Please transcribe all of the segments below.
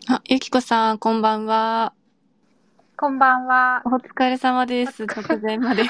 ゆきこさん、こんばんは。 こんばんは。 お疲れ様です。突然まで。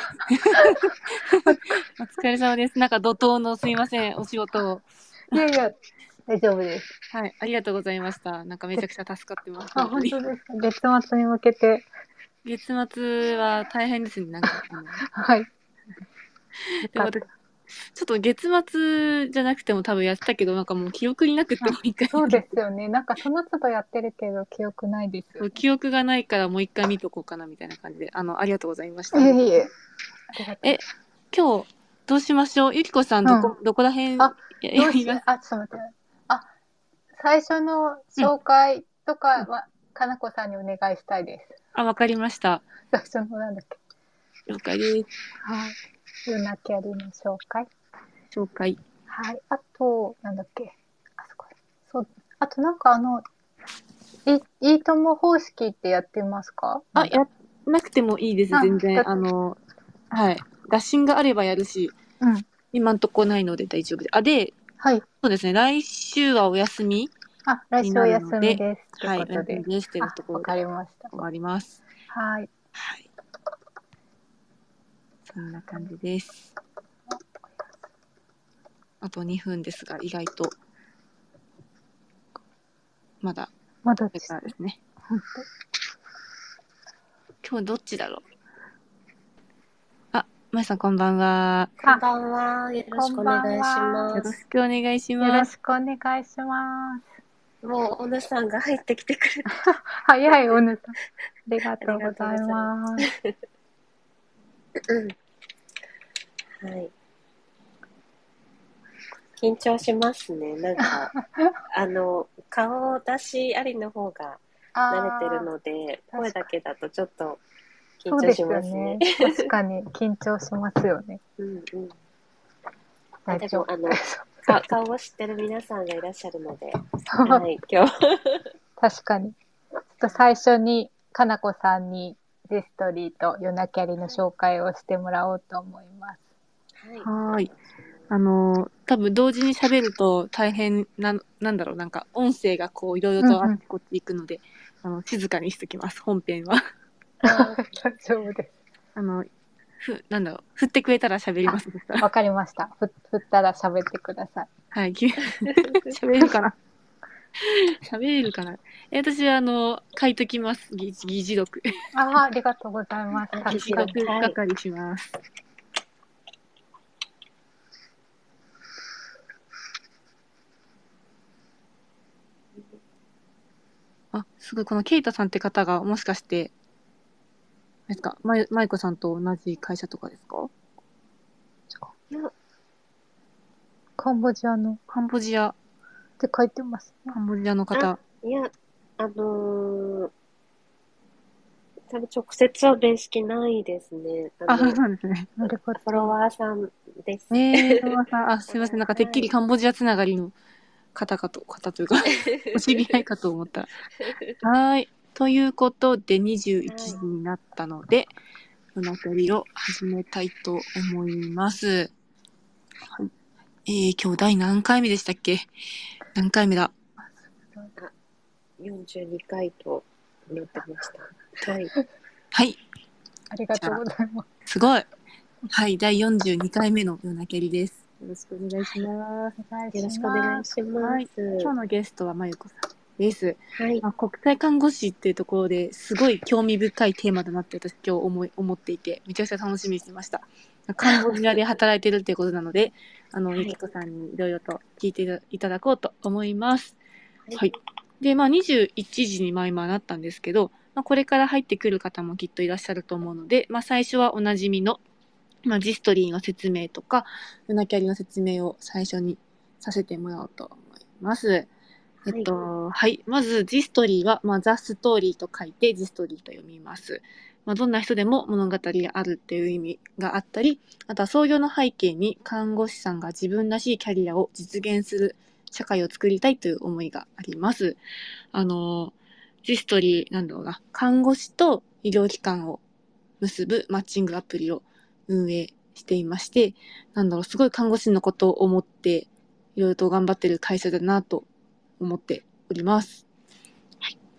お疲れ様です。なんか怒涛のすいません、お仕事を。 いやいや、大丈夫です。 はい、ありがとうございました。なんかめちゃくちゃ助かってます、本当本に。 当ですか。月末に向けて。 月末は大変ですね、なんか。 はい。よでも私、 かった。 ちょっと月末じゃなくても多分やってたけど、なんかもう記憶になくってもう一回見そうる。 ですよね。なんかその都度やってるけど、記憶ないですよね。 記憶がないからもう一回見とこうかなみたいな感じで、ありがとうございました。 いえいえ。ありがとうえ、今日、どうしましょう。ゆきこさん、 ございます。 どこら辺あ、どうし、 やります？ あ、ちょっと待って。あ、最初のうん。 紹介とかは、かなこさんにお願いしたいです。 あ、わかりました。 最初のなんだっけ。 了解です。 はい。ルナキャリの紹介。 紹介。 はい。あと、なんだっけ。あそこ。そう。あとなんかいいとも方式ってやってますか？ あ、 まだ。 なくてもいいです、全然。 だって、 はい。打診があればやるし、 うん。 今んとこないので大丈夫です。で、 はい。 そうですね、来週はお休みあ、来になる週お休ので、 みです。ってはい、おことで。 休みですっていうあ、わかところでりました。 終わります。 はい。 はい。そんな感じです。あと2分ですが、意外と、まだ、これまだですね。 からですね。 本今日どっちだろう。まえさんこんばんは。 当。あ、 こんばんは。よろしくこんばんお願いしは。 よろします。 くお願いします。 よろしくお願いします。 もう、小野さんが入ってきてくれて、 早い、おぬさん。ありがありがとうございとうございまます。 す。はい。緊張しますね。顔出しありの方が慣れてるあので、 ー、確かに。 声だけだとちょっと緊張しそうですよますね。 ね。確かに緊張しますよね。 うんうん。でも、 大丈夫。 顔を知ってる皆さんがいらっしゃるので、はい、今日。 確かに。ちょっと最初に、かなこさんにデストリーとヨナキャリの紹介をしてもらおうと思います。 はい。 はーい。多分同時に喋ると大変なんだろう、なんか音声がこういろいろとあっうんうん。 ちこっち行くので、静かにしときます、本編は。 あ大丈夫です。 あの、なんだろう、振ってくれたら喋りまあ、 すでしたら。 わかりました。振ったら喋ってください。 はい、喋れるかな。喋れるかな。私は書いときます、議事録。 ああ、ありがとうございます。 議事録。 助かります。 はい。 係します。すごい、このケイタさんって方がもしかして、あれですか、マイコさんと同じ会社とかですか？ いや、 カンボジアのっカンボジア、 て書いてますね。 カンボジアのあ、 方。 いや、あのー多分直接は面識ないですね。 そうなんですね。 ありがフォロとワーさんです。 すいません。なんかてっきりはい。 カンボジアつながりの方というかお知り合いかと思ったら。はい。ということで、21 はい。 時になったので、この辺りを始めたいと思います。はい。今日第何回目でしたっけ？何回目だ？ あ、42回となってました。はい。 はい。 ありがとうじゃあ、 ございます。 すごい。はい。第42回目のようなけりです。よろしくお願いします。 お願いしよろしくお願ます。 いしまはい。今す。 日のゲストはまゆこさんです。 はい。 国際看護師っていうところですごい興味深いテーマだなって私今日思っていて、めちゃくちゃ楽しみにしてました。カンボジアで働いてるっていうことなので、ゆきはい。 こさんにいろいろと聞いていただこうと思います。 はい。 はい。で、21時に今なったんですけど、これから入ってくる方もきっといらっしゃると思うので、最初はおなじみの、ジストリーの説明とか、ルナキャリの説明を最初にさせてもらおうと思います。 はい。 はい。まず、ジストリーは、ザ・ストーリーと書いて、ジストリーと読みます。どんな人でも物語があるっていう意味があったり、あとは創業の背景に看護師さんが自分らしいキャリアを実現する社会を作りたいという思いがあります。ジストリー、なんだろうな、看護師と医療機関を結ぶマッチングアプリを運営していまして、すごい看護師のことを思って、いろいろと頑張ってる会社だなと思っております。はい。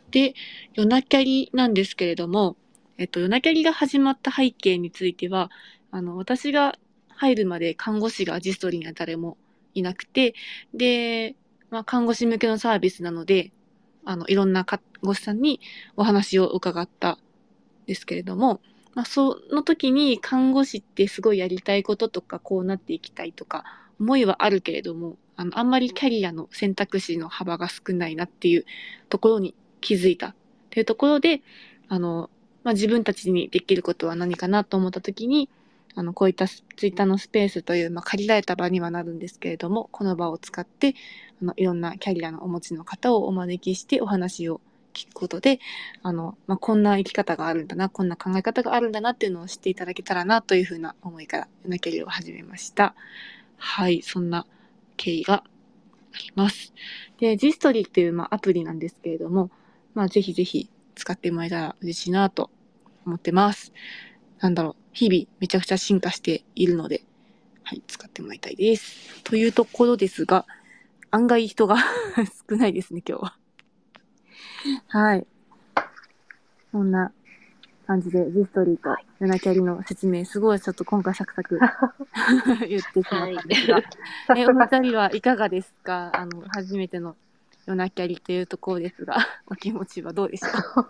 で、ヨナキャリなんですけれども、ヨナキャリが始まった背景については、私が入るまで看護師がジストリーには誰もいなくて、で、看護師向けのサービスなので、いろんな看護師さんにお話を伺ったんですけれども、その時に看護師ってすごいやりたいこととか、こうなっていきたいとか、思いはあるけれども、あんまりキャリアの選択肢の幅が少ないなっていうところに気づいたっていうところで、自分たちにできることは何かなと思った時に、こういったツイッターのスペースという、借りられた場にはなるんですけれども、この場を使って、いろんなキャリアのお持ちの方をお招きしてお話を聞くことで、こんな生き方があるんだな、こんな考え方があるんだなっていうのを知っていただけたらなというふうな思いから、ヨナキャリを始めました。はい、そんな経緯があります。で、ジストリーっていう、アプリなんですけれども、ぜひぜひ使ってもらえたら嬉しいなと思ってます。日々めちゃくちゃ進化しているので、はい、使ってもらいたいです。というところですが、案外人が少ないですね、今日は。はい。こんな感じで、ジストリーとヨナキャリの説明、すごいちょっと今回サクサク言ってしまったんですが、お二人はいかがですか？初めてのヨナキャリというところですが、お気持ちはどうでしょう？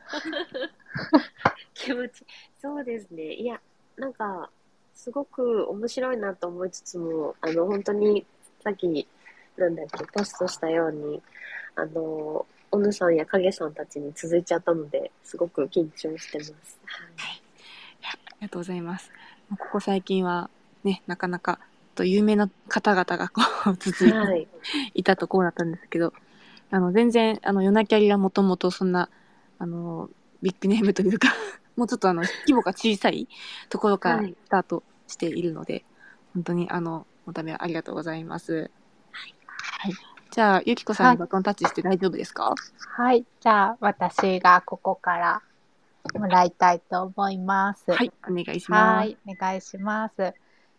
気持ち、そうですね。いや、なんか、すごく面白いなと思いつつも、本当に、さっき、ポストしたように、オヌさんや影さんたちに続いちゃったので、すごく緊張してます。はい。 ありがとうございます。ここ最近は、ね、なかなか、有名な方々がこう続いていたところだったんですけど、全然、ヨナキャリはもともとそんな、ビッグネームというか、もうちょっと規模が小さいところからスタートしているので、本当におためありがとうございます。はい。じゃあ、ゆきこさんにバトンタッチして大丈夫ですか？ はい。じゃあ、私がここからもらいたいと思います。 はい。お願いします。 はい。お願いします。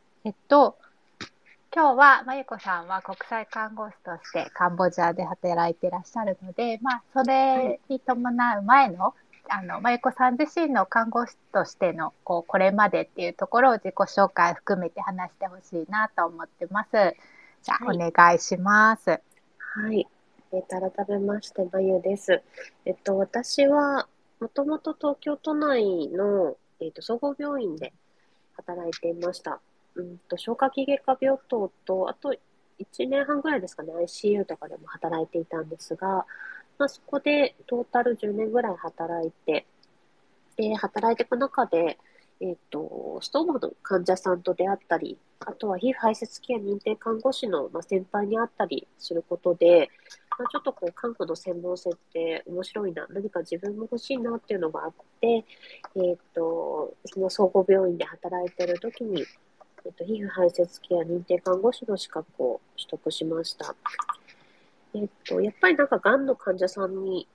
今日は、まゆこさんは国際看護師としてカンボジアで働いていらっしゃるので、それに伴う前の、まゆこさん自身の看護師としての、これまでっていうところを自己紹介含めて話してほしいなと思ってます。じゃあ、お願いします。 はい。改めまして、まゆです。私は、もともと東京都内の、総合病院で働いていました。消化器外科病棟と、あと1年半ぐらいですかね、ICU とかでも働いていたんですが、そこでトータル10年ぐらい働いて、で、働いていく中で、ストーマの患者さんと出会ったり、あとは皮膚排泄ケア認定看護師の、先輩に会ったりすることで、ちょっと看護の専門性って面白いな、何か自分も欲しいなっていうのがあって、その総合病院で働いている時に、皮膚排泄ケア認定看護師の資格を取得しました。やっぱり癌の患者さんに、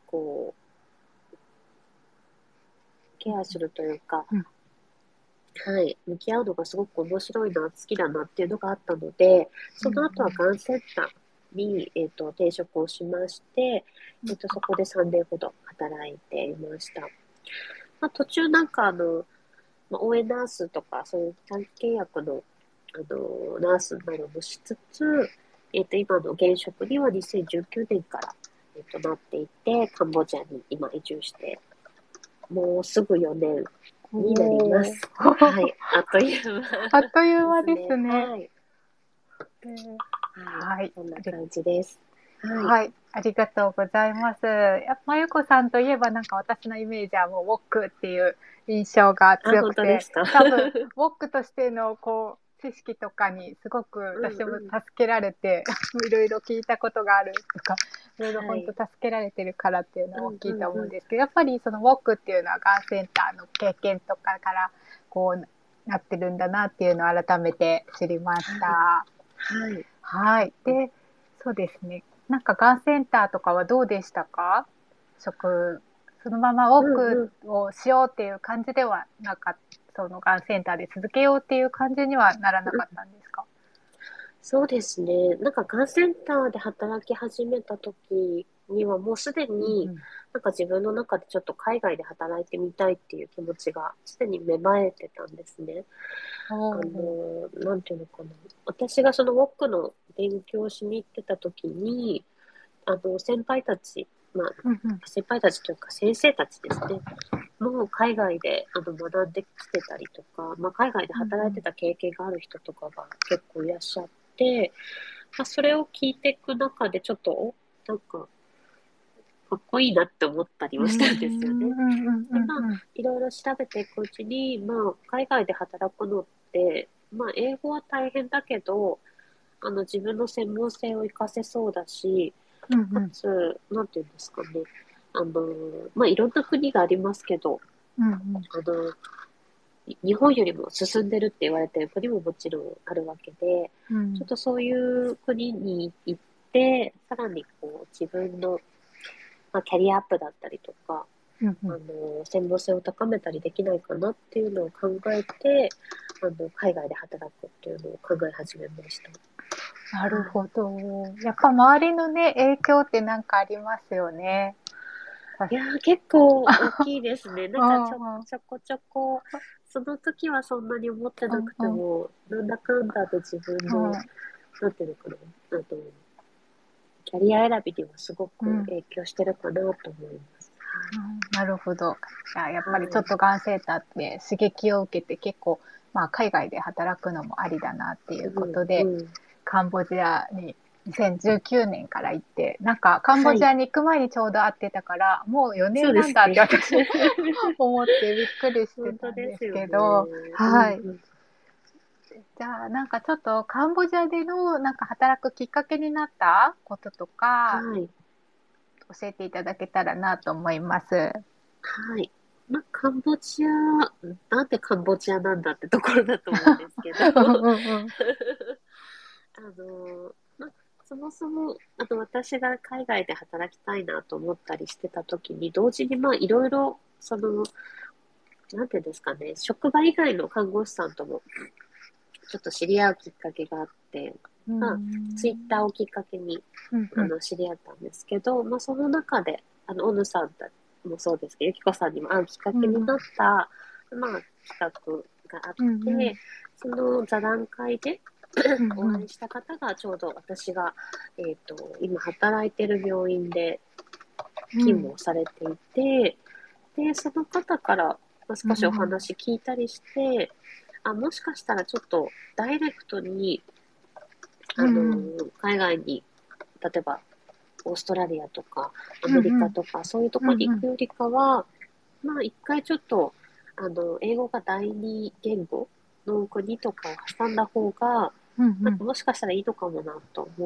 ケアするというか、はい、向き合うのがすごく面白いな、好きだなっていうのがあったので、その後はがんセンターに、転職をしまして、そこで3年ほど働いていました。途中応援ナースとか、そういう短期契約の、ナースなどもしつつ、今の現職には2019年から、なっていて、カンボジアに今移住して、もうすぐ4年になります。はい。あっという間、 あっという間ですね。 はい。はい。そんな感じです。 はい。ありがとうございます。まゆこさんといえば私のイメージはもうウォックっていう印象が強くて、多分ウォックとしての知識とかにすごく私も助けられて、いろいろ聞いたことがあるとか、いろいろ本当助けられてるからっていうのは大きいと思うんですけど、やっぱりそのウォックっていうのはがんセンターの経験とかからなってるんだなっていうのを改めて知りました。 はい。 はい。で、そうですね。がんセンターとかはどうでしたか？そのままウォークをしようっていう感じではそのがんセンターで続けようっていう感じにはならなかったんですか？ そうですね。がんセンターで働き始めた時にはもうすでに、なんか自分の中でちょっと海外で働いてみたいっていう気持ちがすでに芽生えてたんですね。なんていうのかな。私がそのウォックの勉強しに行ってた時に、先輩たち、先輩たちというか先生たちですね。もう海外で学んできてたりとか、海外で働いてた経験がある人とかが結構いらっしゃって、それを聞いていく中でちょっと、なんか、かっこいいなって思ったりもしたんですよね。で、いろいろ調べていくうちに、海外で働くのって、英語は大変だけど、自分の専門性を活かせそうだし、かつ、なんていうんですかね。いろんな国がありますけど、日本よりも進んでるって言われてる国ももちろんあるわけで、ちょっとそういう国に行って、さらにこう自分の、キャリアアップだったりとか、専門性を高めたりできないかなっていうのを考えて、海外で働くっていうのを考え始めました。 なるほど。やっぱ周りのね、影響ってなんかありますよね。 いやー、結構大きいですね。なんかちょこちょこ、その時はそんなに思ってなくても、なんだかんだで自分の、なんていうのかな、キャリア選びにはすごく影響してるかなと思います。 なるほど。やっぱりちょっとがんセンターって刺激を受けて結構、海外で働くのもありだなっていうことで、カンボジアに2019年から行って、なんかカンボジアに行く前にちょうど会ってたから、もう4年なんだって私思ってびっくりしてたんですけど、はい。じゃあなんかちょっとカンボジアでのなんか働くきっかけになったこととか、教えていただけたらなと思います。 はい。カンボジア、なんでカンボジアなんだってところだと思うんですけど、そもそも、私が海外で働きたいなと思ったりしてた時に、同時にいろいろ、なんていうんですかね、職場以外の看護師さんとも、ちょっと知り合うきっかけがあって、ツイッターをきっかけに、知り合ったんですけど、その中で、オヌさんもそうですけど、ゆきこさんにも会うきっかけになった、企画があって、その座談会でお会いした方がちょうど私が、今働いてる病院で勤務をされていて、で、その方から少しお話聞いたりして、もしかしたらちょっとダイレクトに、海外に、例えばオーストラリアとかアメリカとか、そういうところに行くよりかは、一回ちょっと、英語が第二言語の国とかを挟んだ方が、もしかしたらいいのかもなと思って、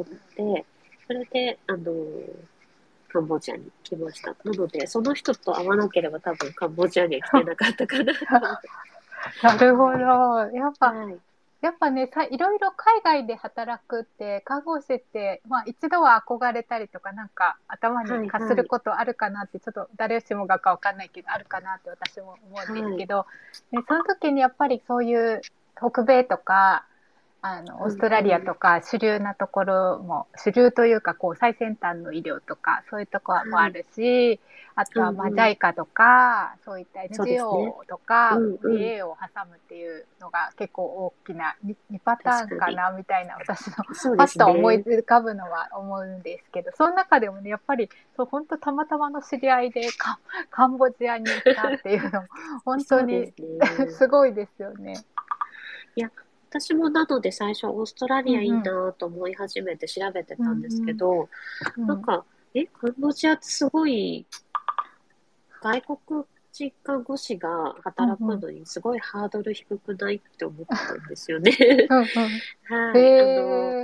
それで、カンボジアに来ました。なので、その人と会わなければ多分カンボジアには来てなかったかなと。 なるほど。やっぱね、いろいろ海外で働くって、看護師って、一度は憧れたりとか、なんか頭にかすることあるかなって、ちょっと誰しもがかわかんないけど、あるかなって私も思うんですけど、その時にやっぱりそういう北米とか、オーストラリアとか主流なところも、主流というかこう最先端の医療とかそういうところもあるし、あとはJICA とかそういった NGO とか VA を挟むっていうのが結構大きな 2パターンかなみたいな、私のパッと思い浮かぶのは思うんですけど、その中でもねやっぱり本当たまたまの知り合いでカンボジアに行ったっていうの本当にすごいですよね。 いや私もなので最初オーストラリアいいなと思い始めて調べてたんですけど、なんか、カンボジアってすごい外国人看護師が働くのにすごいハードル低くないって思ったんですよね。はい。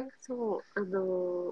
そう、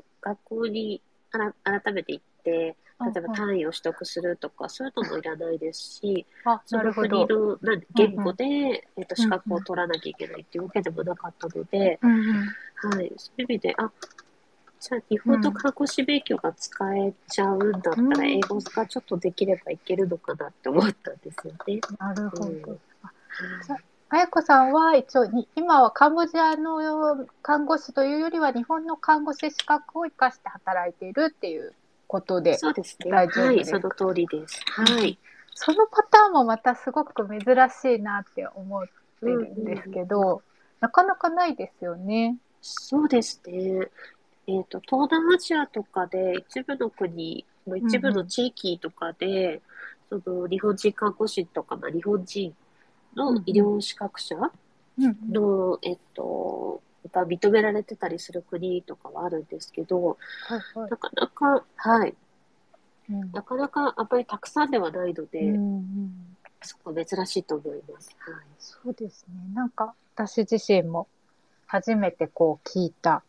学校に改めて行って、例えば単位を取得するとか、そういうのもいらないですし、その国の言語で、資格を取らなきゃいけないっていうわけでもなかったので、はい。そういう意味で、じゃあ日本の看護師勉強が使えちゃうんだったら、英語がちょっとできればいけるのかなって思ったんですよね。 なるほど。あやこさんは一応今はカンボジアの看護師というよりは日本の看護師資格を生かして働いているっていうことでそうですね。 大丈夫はい、 ですか？ その通りです。はい。 そのパターンもまたすごく珍しいなって思ってうんうんるんですうんうん。 けど、なかなかないですよね。 そうですね。東南アジアとかで一部の国、 うん一部のうん。 地域とかで、その日本人看護師とか、日本人の医うんうん。 療資格者うんうん。 の、が認められてたりする国とかはあるんですけど、 はいはい。 なかなか、はい、 うん。 なかなかあんまりたくさんではないのうんうで、 ん。 すごく珍しいと思います。はい。 そうですね。なんか私自身も初めてこう聞いた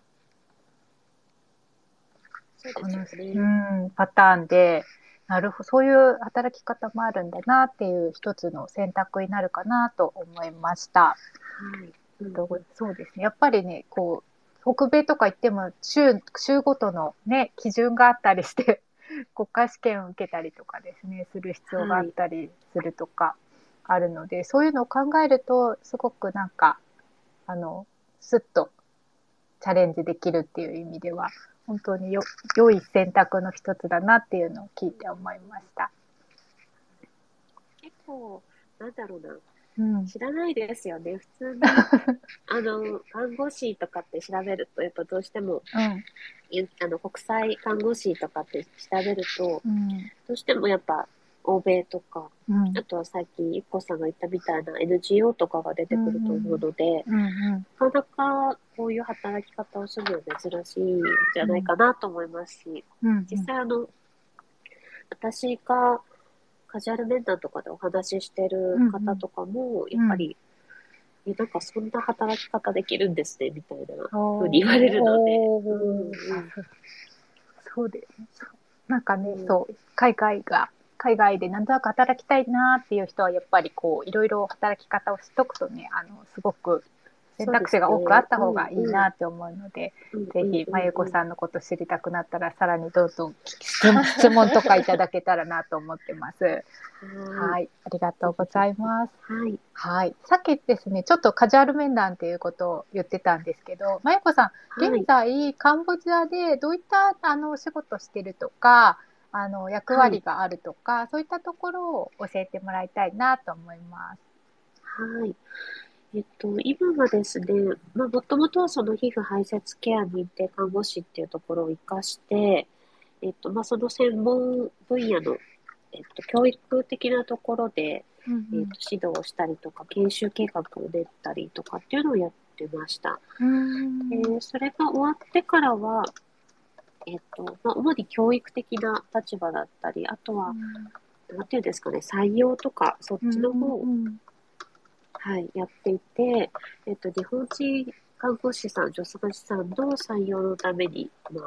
そうでこの、 すよね。 パターンで、なるほど、そういう働き方もあるんだなっていう一つの選択になるかなと思いました。 はい。うんうん。 そうですね。やっぱりね、こう、北米とか行っても州ごとのね、基準があったりして、国家試験を受けたりとかですね、する必要があっはい。 たりするとかあるので、そういうのを考えると、すごくなんか、あの、スッとチャレンジできるっていう意味では、本当に良い選択の一つだなっていうのを聞いて思いました。 結構、なんだろうな。 うん。 知らないですよね。普通に、看護師とかって調べると、やっぱどうしても、 うん。 国際看護師とかって調べると、 うん。 どうしてもやっぱ、欧米とか、 うん。 あとは最近、ゆっこさんが言ったみたいな NGO とかが出うてくると思うん。 ので、 うん。 なかなかこういう働き方をするのは珍しいんじゃないうん。 かなと思いますし、 うん。 実際私がカジュアル面談とかでお話ししてるうん。 方とかも、やうん。 っぱり、なんかそんな働き方できるんですね、みたいな風に言われるので、うんおー。あ、 うん、 そうですね。なんかね、 うん、 そう、海外でなんとなく働きたいなっていう人は、やっぱりこう、いろいろ働き方を知っとくとね、すごく選そうです択肢が多くあね、 った方うん、うん、 がいいなって思うので、 うん、うん、 ぜひ、 うん、 まゆこうん。 さんのこと知りたくなったら、さらにどんどん質問とかいただけたらなと思ってます。 はい。 はい、ありがとうごぜひぜひ。 ざいます。 はい。 はい。さっきですね、ちょっとカジュアル面談っていうことを言ってたんですけど、まゆこさん、現はい。 在、カンボジアでどういった、お仕事してるとか、役はい。 割があるとか、そういったところを教えてもらいたいなと思います。 はい。今はですね、もともとはその皮膚排泄ケア認定看護師っていうところを活かして、その専門分野の、教育的なところで、 うん指導をしたりとか、研修計画を練ったりとかっていうのをやってました。 うん。うーん。 それが終わってからは、主に教育的な立場だったり、あとは、なんていうんですかね、採用とか、そっうん。 ちの方を、 うん。 はい、やっていて、日本人看護師さん、助産師さんの採用のために、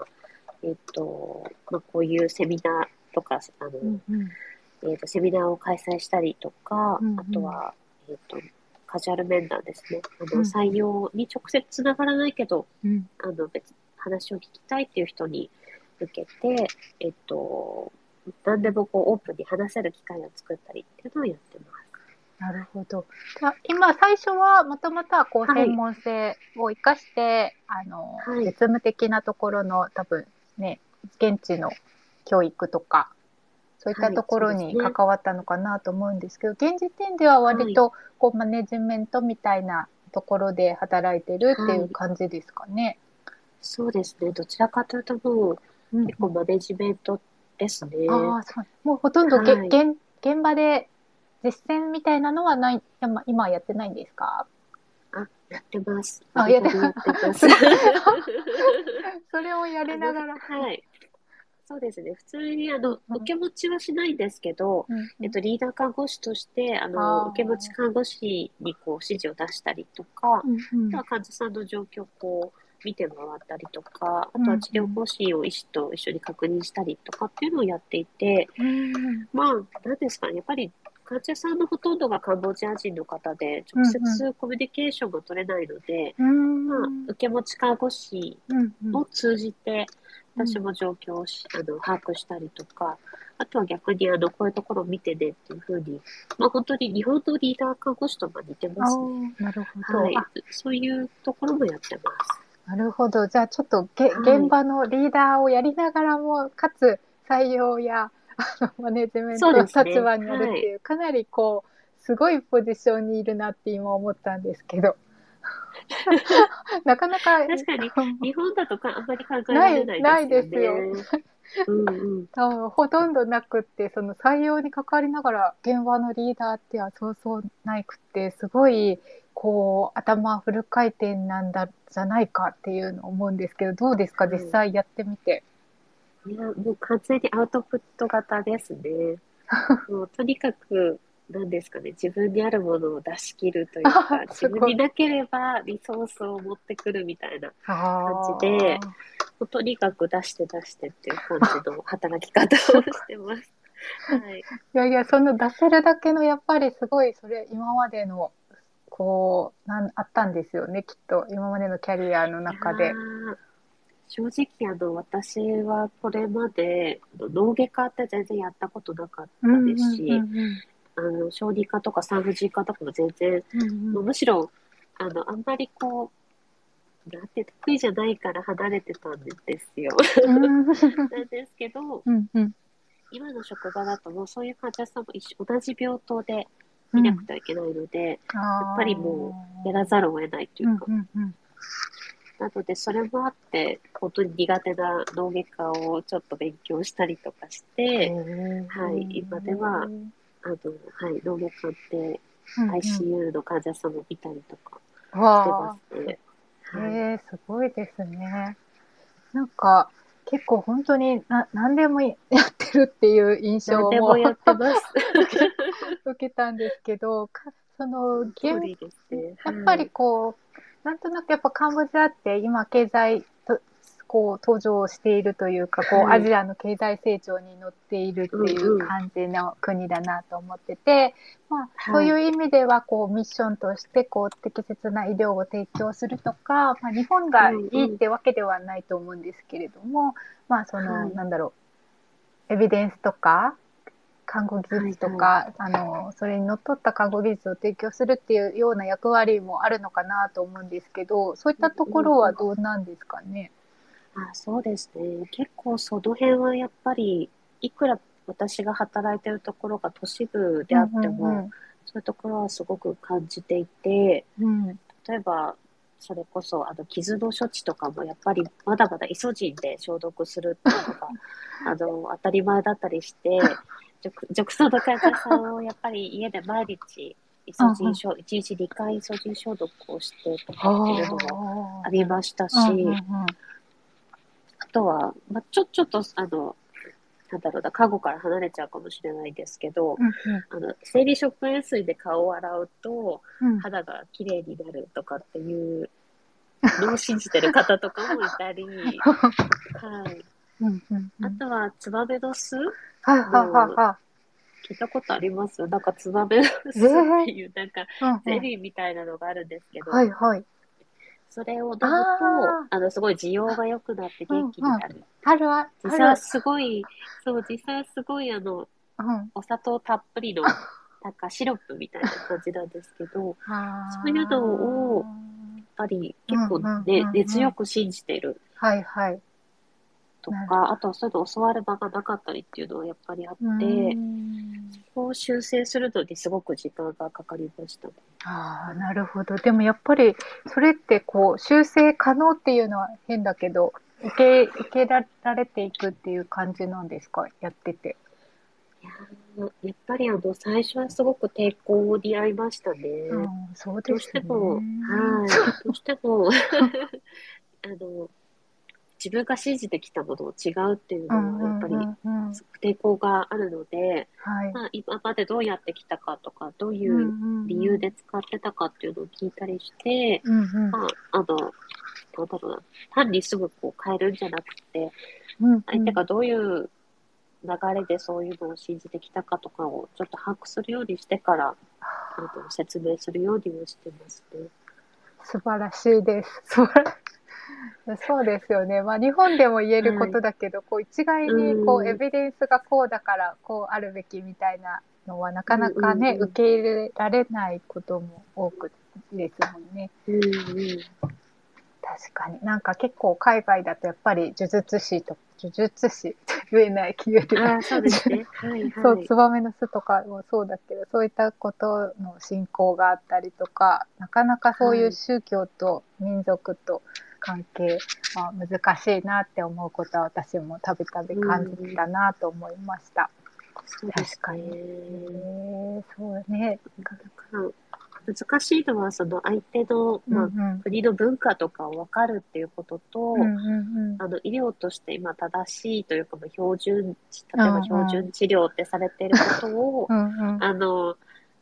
こういうセミナーとか、 うん。うん。 セミナーを開催したりとか、 うん。 あとは、カジュアル面談ですね。 うん。 採用に直接つながらないけど、 うん。 話を聞きたいっていう人に向けて、何でもこうオープンに話せる機会を作ったりっていうのをやってます。 なるほど。じゃあ、今、最初は、もともとは、こう、 はい、 専門性を生かして、 はい、 実務的なところの、多分、ね、現地の教育とか、そういったはい、そうところですね。 に関わったのかなと思うんですけど、現時点では割はい、 と、こう、マネジメントみたいなところで働いてるっていうはい。 感じですかね。 そうですね。どちらかというともう結構うんうん。 マネジメントですね。 ああ、そう。もうほとんどはい。 現場で実践みたいなのはない、今はやってないんですか？ やってます。バあ、 リバリやってます。 すごい。それをやりながら。 はい。そうですね。普通に、 うん。 受け持ちはしないんですけど、 うんうん。 リーダー看護師として、 あ受け持ちあ。 看護師にこう指示を出したりとか、 うんうん。 あとは患者さんの状況をこう見て回ったりとか、あうとはんうん。 治療方針を医師と一緒に確認したりとかっていうのをやっていて、 うん。 何ですかね。やっぱり患者さんのほとんどがカンボジア人の方で、直うんうん。 接コミュニケーションが取れないので、 うーん。 受け持ち看護師うんうん。 を通じて、 うん。 私も状況を把握したりとか、あとは逆にこういうところを見てねっていうふうに、本当に日本のリーダー看護師と似てあますね。 あ、なるほど。 はい。そういうところもやってます。 なるほど。じゃあちょっとはい。 現場のリーダーをやりながらも、かつ採用やマネジメントのそうですね。 立場にあるっていう、かなりこうすごいポジションにいるなって今思ったんですけどなかなか確かに、日本だとあんまり考えられない、ないないですよですよ。 ね。うんうん。 ほとんどなくって、その採用に関わりながら現場のリーダーってはそうそうないくって、すごいこう頭フル回転なんだじゃないかっていうのを思うんですけど、どうですか、実は際やってみて。 い。いや、もう完全にアウトプット型ですね。もうとにかく、何ですかね、自分にあるものを出し切るというか、自分すごい。 になければリソースを持ってくるみたいな感じで、 あもうとにかく出して出してっていう感じの働き方をしてます。はい。 いやいや、その出せるだけのやっぱりすごい、それ今までのこうあったんですよね、きっと今までのキャリアのいや中で。 ー、正直私はこれまで脳外科って全然やったことなかったでうんうんうすし、 ん小児科とか産婦人科とかも全然、 うんうんもうむしろ、あんまりなんて得意じゃないから離れてたんですよ。 うんなんですけど、 うんうん今の職場だともうそういう患者さんも同じ病棟で見なくうん。 てはいけないので、やっぱありもうやらざるを得ないといーうんうか、 うんうんなのでそれもあって、本当に苦手な脳外科をちょっと勉強したりとかしへて、はい、 ー今では、はい、脳外科ってうんうん ICU の患者さんも見たりとかしてまわあ、 すね。はい。 すごいですね。なんか、結構本当に何でもやってるっていう印何象もでもやってます。 受け、受けたんですけど、その、 その通りですね。 やっぱりはい。 こう、なんとなくやっぱカンボジアって今経済と、こう登場しているというか、こうはい。 アジアの経済成長に乗っているっていううんうん。 感じの国だなと思ってて、まあそうはい。 いう意味ではこうミッションとしてこう適切な医療を提供するとか、まあ日本がいうんうん。 いってわけではないと思うんですけれども、まあそのはい。 なんだろう、エビデンスとか看護技術とはいはい。 か、それにのっとった看護技術を提供するっていうような役割もあるのかなと思うんですけど、そういっうんたとうんうん。 ころはどうなんですかね。 そうですね。結構その辺はやっぱり、いくら私が働いてるところが都市部であうんっても、 うんそういうところはすごく感じていて、 うん。うん。 例えば、それこそ、傷の処置とかもやっぱりまだまだイソジンで消毒するっていうのが、当たり前だったりして、褥瘡の患者さんをやっぱり家で毎日、 うんうん。 1日2回イソジン消毒をしてとかっていうのもはありましたあ。うんうんし、 うん。 あとは、ちょっと、なんだろうな、過去から離れちゃうかもしれないですけど、 うんうん生理食塩水で顔を洗うと、 うん。 肌が綺麗になるとかっていうのを信じてる方とかもいたり、はい。 うんうんうん。 あとは、ツバメの巣はいはいはいの、 は聞いたことありますなんかツバメのい。え巣ってえいう、なんか、 うんうん。 ゼリーみたいなのがあるんですけど、 はいはい。 それをあ飲むと、 あ。 すごい需要が良くなって元うんうん。 気になる。実際はある。 すごい、そう、実際はすごいうん。 お砂糖たっぷりの、なんかシロップみたいな感じなんですけど、そういうのを、やっあぱりあ。う結構んうんうね、 んうん。 熱よく信じてるはいはい。なるとか、あとはそういうの教わる場がなかったりっていうのはやっぱりあっうーて、そん。 こを修正するのにすごく時間がかかりましたね。 ああ、なるほど。でもやっぱり、それってこう、修正可能っていうのは変だけど、受けられていくっていう感じなんですか、やってて。 いややっぱり最初はすごく抵抗に遭いましたうね。 ん、そうどうしですても、 ね。 はい、どうしてもあの、自分が信じてきたものを違うっていうのは、 うんうやっぱり、 んうんうん。 抵抗があるので、 はい。 今までどうやってきたかとか、どううんういう理由んうん。 で使ってたかっていうのを聞いたりして、 うんうん。 まなんだろうな、単にすぐ変えるんじゃなくて、 うんうん。 相手がどういう流れでそういうのを信じてきたかとかをちょっと把握するようにしてから、説明するようにはしてますね。 素晴らしいです。そうですよね。まあ日本でも言えるこはい。 とだけど、こう一概うにこうエん、 ビデンスがこうだからこうあるべきみたいなのはなかうんなかね、受うんけ入れられないことも多くですもんね。 うん、うんうん。 確かに。なんか結構海外だとやっぱり呪術師言えない、言えてない。 ああ、そうですね。はいそう、 はい。 ツバメの巣とかもそうだけど、そういったことの信仰があったりとか、なかなかそういうはい。 宗教と民族と関係は難しいなって思うことは私もたびたびう感じん、 たなと思いました。 そうです確かに。 ね。 そうね。 だから難しいのは、その相手の、 うんうん。 国の文化とかを分かるっていうことと、 うんうん医療として今正しいというか、標準、例うん。 えば標うんうん。 準治療ってされていることを、 うんうん。 あの、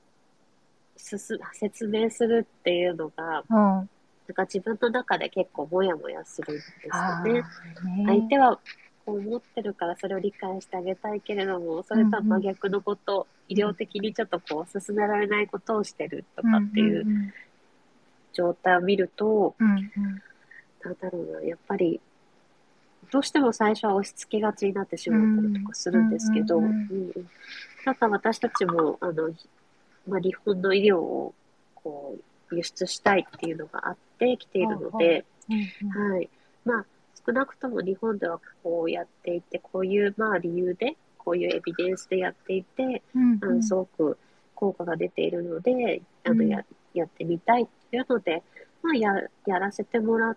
説明するっていうのが、 うん。 なんか自分の中で結構モヤモヤするんですよね。 ああ、ね。 相手はこう思ってるからそれを理解してあげたいけれども、そうんうれとは真ん。 逆のこと、医療的にちょっとこう進められないことをしてるとうんうかっていうん状態を見ると、 うん。うんうん。 なんだろうな、やっぱりどうしても最初は押し付けがちになってしうまったりとかんうんするんですけど、 うんうん。 なんか私たちも、日本の医療をこう輸出したいっていうのがあってきていほうほう。 るので、 うんうん。 はい。少なくとも日本ではこうやっていて、こういう理由で、こういうエビデンスでやっていて、 うんうん。 すごく効果が出ているので、 うん。 やってみたいっていうので、やらせてもらって、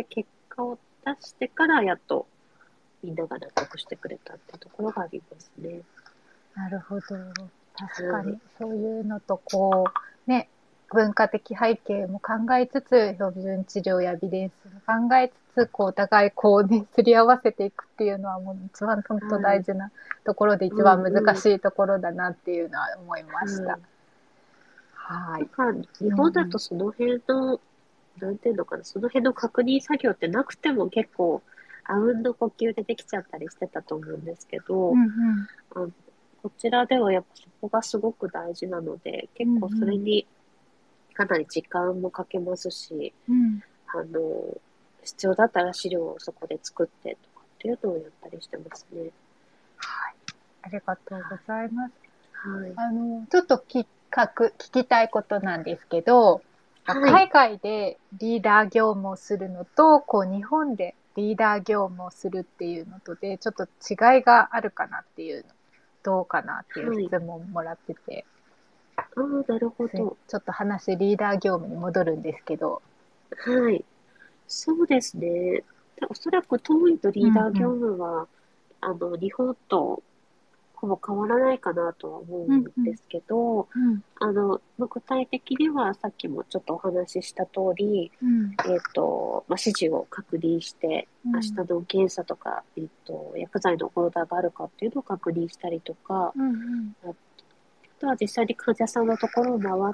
結果を出してからやっとみんなが納得してくれたってところがありますね。 なるほど。確かはい。 に、そういうのとこう、ね、文化的背景も考えつつ、標準治療やエビデンスも考えつつ、こう、お互いこうね、すり合わせていくっていうのはもう一番本当はい。 大事なところでう一番難んうん。 しいところだなっていうのは思いました。 はい。 はい。 なんか、日本だうんうん。 とその辺のなんていうのかな、その辺の確認作業ってなくても結構、あうんの呼吸でできちゃったりしてたと思うんですけど、 うんうん。 あこちらではやっぱそこがすごく大事なので、 うんう結構それん。 にかなり時間もかけますし、 うん。 あの、必要だったら資料をそこで作ってとかっていうのをやったりしてますね。 はい。ありがとうございます。 はい。 ちょっと聞きたいことなんですけど、 はい。 海外でリーダー業務をするのと、こう日本でリーダー業務をするっていうのとで、ちょっと違いがあるかなっていうの、どうかなっていうはい。 質問もらってて、 ああ、なるほど。 ちょっと話リーダー業務に戻るんですけど。 はい。そうですね。おそらく当院とリーダー業うんうん。 務は、日本とほぼ変わらないかなとは思ううんうん。 んですけど、 うん。 具体的にはさっきもちょっとお話しした通り、 うん。 指示を確認して、明日うん。 の検査とか、薬剤のオーダーがあるかっていうのを確認したりとか、 うんうん。 あとは実際に患者さんのところを回って、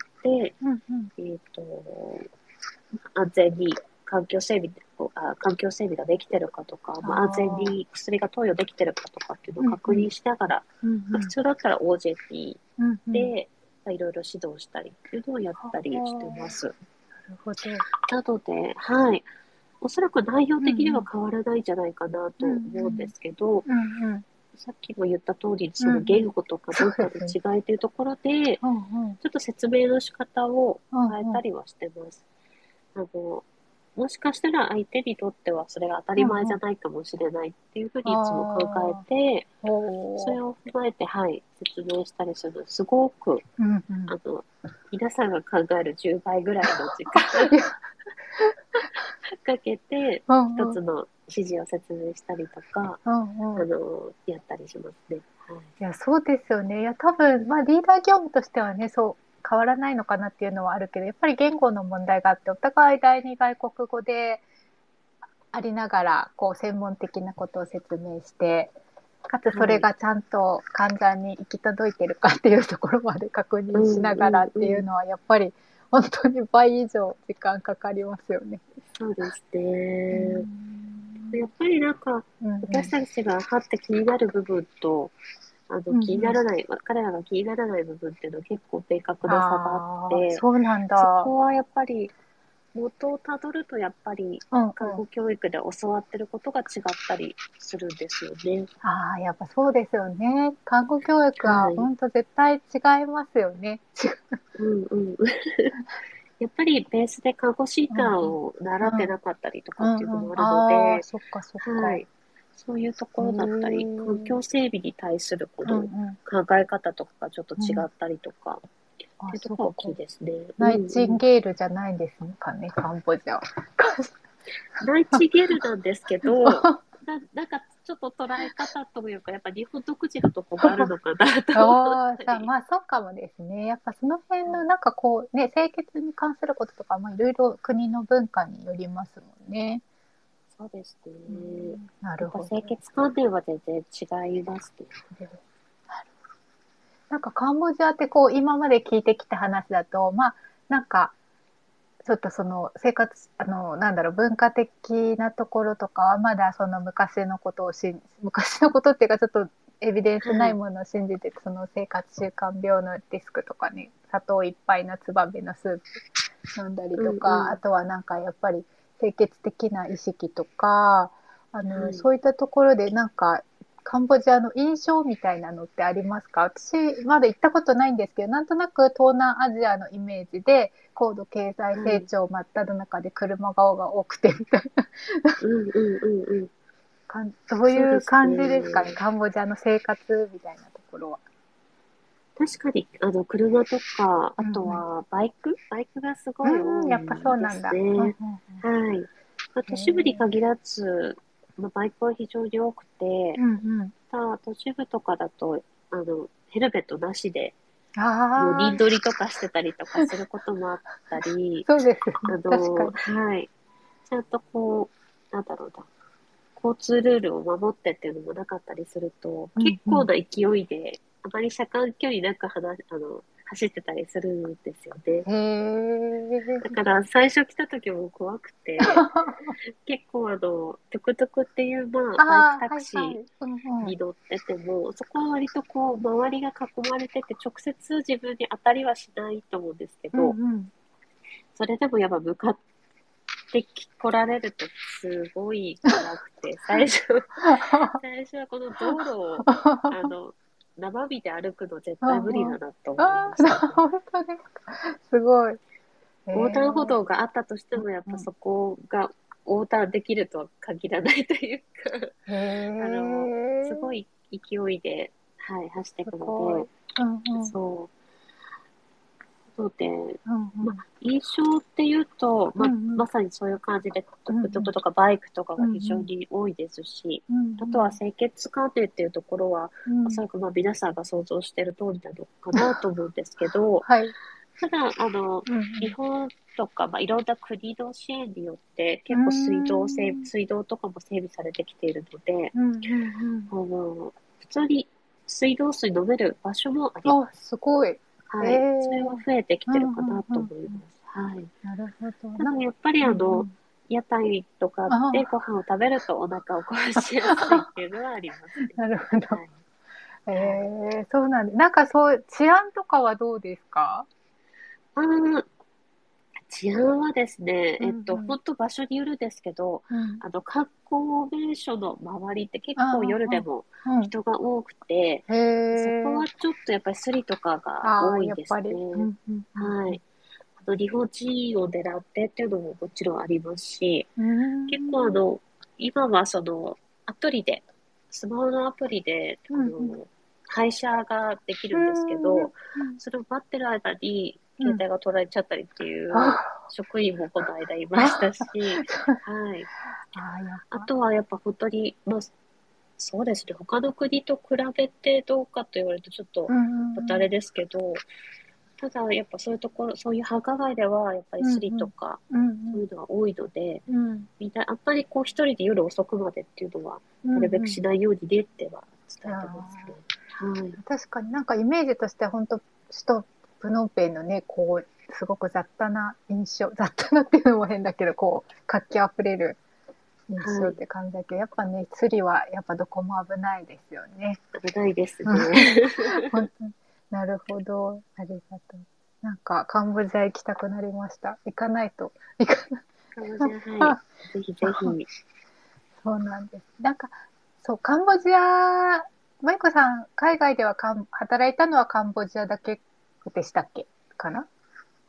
うんうん。 えっと、安全に環境整備ができてるかとか、 あ安全あ。 に薬が投与できてるかとかっていうのをうんうん。 確認しながら、 うんうん。 必要だったら OJT うんうん。 で、いろいろ指導したりっていうのをやっはあ。 たりしてます。 なるほど。 なので、はい。おそらく内容的にはうんうん。 変わらないんじゃないかなうんうと思うんでん。 すけど、 うんうん。 さっきも言った通り、 うんうその言ん。 語とかそ文化のうですね。 違いというところで、 うんうん。 ちょっと説明の仕方をうんうん。 変えたりはしてます。あの、もしかしたら相手にとってはそれが当たり前うんうん。 じゃないかもしれないっていうふうにいつも考えああ。 て、そほう。 れを踏まえて、はい、説明したりするのすごく、 うんうん。 あの、皆さんが考える10倍ぐらいの時間いや、 かけて、 うんうん。 一つの指示を説明したりとか、 うんうん。 やったりしますね。はい。 いや、そうですよね。いや、多分、まあ、リーダー業務としてはね、そう変わらないのかなっていうのはあるけど、やっぱり言語の問題があって、お互い第二外国語でありながら、こう、専門的なことを説明して、かつそはい。 れがちゃんと患者に行き届いてるかっていうところまで確認しうんながらっうんうん。 ていうのは、やっぱり本当に倍以上時間かかりますよね。 そうですうーね。やん。 っぱりなんか、 うんうん。 私たちがはって気になる部分と、気にうんうん。 ならない、彼らが気にならない部分っていうのは結構明確な差があっああ、 て、 そうなんそだ。 こはやっぱり、元をたどるとやっぱり、 うんうん。 看護教育で教わってることが違ったりするんですよね。 ああ、やっぱそうですよね。看護教育ははい。 本当絶対違いますよね。 うんうん。 やっぱりベースで看護師うんうん。 官を習ってなかったりとうんかっていうのうん。 もあるのああ、 で、 そっかそっか。 はい。そういうとこへろだったり、環え。 境整備に対するこうんのうん。 考え方とかがちょっとうん。 違ったりとか、ってあ、 いうとそっころは大きいか。 ですね。うんナイチうん。 ンゲールじゃないんですかね、カンボジアは。 ナイチゲールなんですけど、なんかちょっと捉え方というか、やっぱ日本独自のとこがあるのかなと思っああ、さあ、 たり。 まあそうかもですね。やっぱその辺のなんかこうね、清潔に関することとか、まあいろいろ国の文化によりますもんね。 そうですね。 なやっぱるほど。 清潔観念は全然違いますね。 なんかカンボジアってこう今まで聞いてきた話だと、まあなんかちょっとその生活、なんだろう、文化的なところとかはまだその昔のことを昔のことっていうかちょっとエビデンスなはい。 いものを信じて、その生活習慣病のリスクとかね、砂糖いっぱいのツバメのスープ飲んだりうんとか、あうん。 とはなんかやっぱり清潔的な意識とか、 はい。 そういったところでなんかカンボジアの印象みたいなのってありますか？私まだ行ったことないんですけど、なんとなく東南アジアのイメージで高度経済はい。 成長真っ只中で車が多くてみたいなうんうんうんうん。 そういうそうです感じですかね、 ね。 カンボジアの生活みたいなところは。 確かに、車とか、あとうんはバイクがすごいうん。やっぱそ多いですうなんだ。うんうんね。はい。まあ、 うん。 都市部にへえ。 限らず、まあ、バイクは非常に多くて、 うんうん。 都市部とかだと、ヘルメットなしで、4人乗ああ、 りとかしてたりとかすることもあったり、 そうですよね。確かに。 はい。ちゃんとこう、なんだろうな、交通ルールを守ってっていうのもなかったりすると、結うんうん。 構な勢いで、あまり車間距離なく走ってたりするんですよね。 へえ。 だから最初来た時も怖くて、結構トゥクトゥクっていう、まあ、バイクああ、 タクシはいはい。うんーうん。 に乗ってても、そこは割とこう、周りが囲まれてて、直接自分に当たりはしないと思うんですけうんど、 うん。 それでもやっぱ向かって来られるとすごい怖くて、最初はこの道路を、あの、生身で歩くの絶対無理うんうん。 だなと思いああ、 ましたね。 本当ですか。すごい。へ横断歩え。 道があったとしても、やっうん。 ぱそこが横断できるとは限らないというか、 へすごえ。 い勢いで、はい、走っていすくのごい。 で、 うんうん。 そう。ので、 うんうまあ、 ん。 印象っていうと、 うんうん。 まさにそういう感じで、トゥクトゥクうんうん。 とかバイクとかが非常うんうん。 に多いですし、 うんうあとはん。 清潔関連っていうところは、おそうん。 らくまあ皆さんが想像している通りなのかなと思うんですけど、 はい。 ただ、 うん日本とか、まあ、いろんな国の支援によってう結構ん。うーん。 水道とかも整備されてきているので、 うんうん普通に水道水飲める場所もあうん。あ、 ります。 すごい。えはい。それはえ。 増えてきうんうんてるかなうんうん。 と思います。はい。 なるほど。 ただやっぱりうんうん。 屋台とかでごあ飯を食べるとお腹を壊しやすいっていうのはありますね。 あ、なるほど。 はい。 えはい。 え、そうなんで、なんかそう、治安とかはどうですか？ あー治安はですね、 うんうん。 本当場所によるんですけど、 うん。 観光名所の周りって結あ構夜であ、 もうん。 人が多くて、 へそこはえ。 ちょっとやっぱりスリとかがああ、 多いですやっぱり。うね。 んうんうんはい。日本人を狙ってっていうのももちろんありますし、 うん。 結構今はアプリで、スマホのアプリで、 うんうん。 配車ができうるんですけんうんど、 うん。 それを待ってる間にうん。 携帯が取られちゃったりっていうあ職員もこの間いましたあ、 し、はい。 ああ、やっあぱ。 とはやっぱ本当に、まあ、そうですね、他の国と比べてどうかと言われるとちょっと、 うんまたあうんうん。 れですけど、ただやっぱそういうところ、そういう繁華街ではやっぱりうんスリとか、 うん。うんそういうのが多いので、 うん。 みんな、あんまりこう一人で夜遅くまでっていうのは、 うんなるべくうん。 しないようにねっては伝えてますあね。はい。 あ、確かになんかイメージとして本当首都プノンペンのね、こう、すごく雑多な印象、雑多なっていうのも変だけど、こう、活気あふれる印はい。 象って感じだけど、やっぱね、釣りはやっぱどこも危ないですよね。 危ないですうんね。 本当に。なるほど。ありがとう。なんか、カンボジア行きたくなりました。行かないと。行かない。 かもしれない。はい。ぜひぜひ。 そうなんです。なんか、そう、カンボジア、マイコさん、海外では働いたのはカンボジアだけでしたっけかな？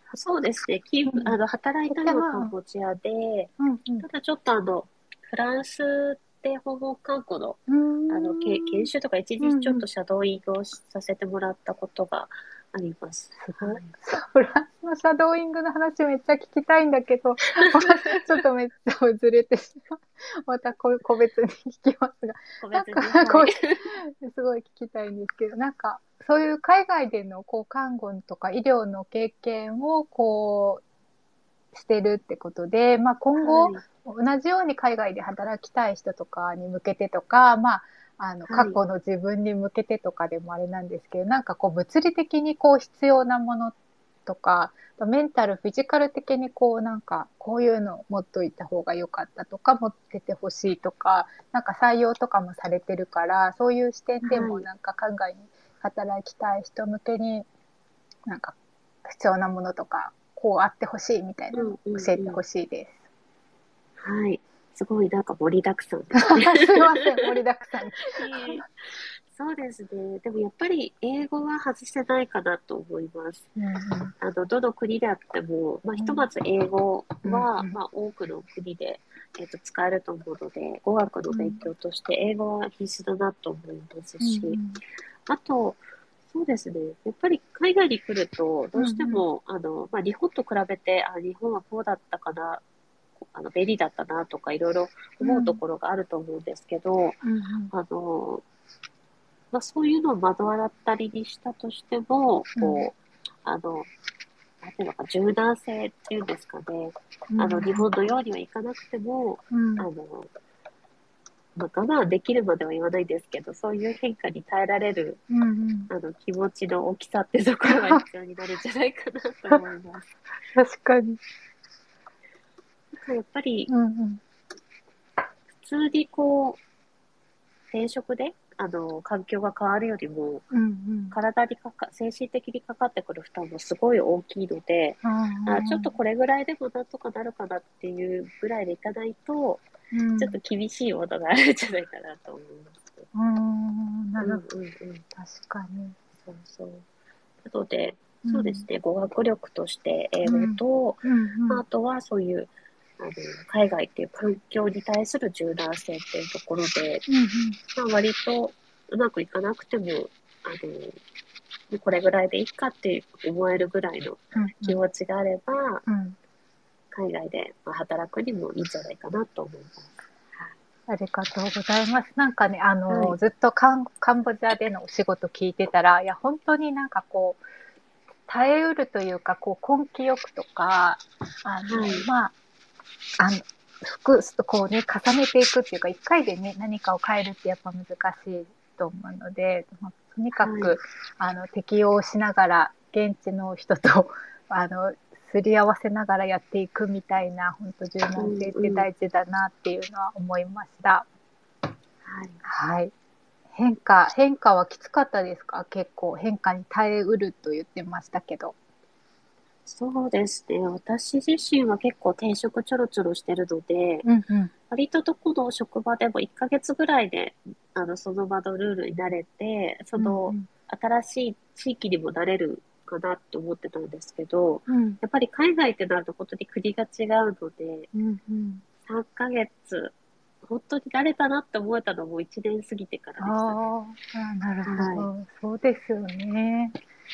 そうですね。働いたのはカンボジアで、ただちょっとフランスで訪問看護の、研修とか一日ちょっとシャドーイングをさせてもらったことがあります。 すごい。フランスのシャドーイングの話めっちゃ聞きたいんだけど、ちょっとめっちゃずれてしまう。また個別に聞きますが。なんか、すごい聞きたいんですけど、なんか、そういう海外での看護とか医療の経験をしてるってことで、今後、同じように海外で働きたい人とかに向けてとか、過去の自分に向けてとかでもあれなんですけど、なんか物理的に必要なものとか、メンタル、フィジカル的になんかこういうの持っといた方が良かったとか、持っててほしいとか、なんか採用とかもされてるから、そういう視点でもなんか海外に働きたい人向けに、なんか必要なものとか、こうあってほしいみたいなのを教えてほしいです。 はい。すごいなんか盛りだくさんですね。すいません、盛りだくさん。 そうですね。でもやっぱり英語は外せないかなと思います。どの国であっても、ひとまず英語は、多くの国で、使えると思うので、語学の勉強として英語は必須だなと思いますし、あと、そうですね。やっぱり海外に来ると、どうしても、日本と比べて、日本はこうだったかな、便利だったなとか、いろいろ思うところがあると思うんですけど、そういうのを目の当たりにしたとしても、なんていうのか、柔軟性っていうんですかね。日本のようにはいかなくても、我慢できるまでは言わないですけど、そういう変化に耐えられる、気持ちの大きさっていうところが必要になるんじゃないかなと思います。 確かに。 やっぱり、普通に転職で、環境が変わるよりも、体に精神的にかかってくる負担もすごい大きいので、ちょっとこれぐらいでもなんとかなるかなっていうぐらいでいかないと、ちょっと厳しいものがあるんじゃないかなと思います。 なるほど。確かに。 そうそう。なので、そうですね、語学力として英語と、あとはそういう、海外っていう環境に対する柔軟性っていうところで、割とうまくいかなくても、これぐらいでいいかって思えるぐらいの気持ちがあれば、海外で働くにもいいんじゃないかなと思います。 ありがとうございます。なんかね、ずっとカンボジアでのお仕事聞いてたら、いや、本当になんか耐えうるというか、根気よくとか、重ねていくっていうか、一回でね、何かを変えるってやっぱ難しいと思うので、とにかく、適応しながら、現地の人と、すり合わせながらやっていくみたいな、本当柔軟性って大事だなっていうのは思いました。はい。変化はきつかったですか？結構変化に耐えうると言ってましたけど。 そうですね。私自身は結構転職ちょろちょろしてるので、割とどこの職場でも1ヶ月ぐらいで、その場のルールに慣れて、新しい地域にも慣れるかなって思ってたんですけど、やっぱり海外ってなると本当に国が違うので、3ヶ月、本当に慣れたなって思えたのも1年過ぎてからでしたね。 なるほど。そうですよね。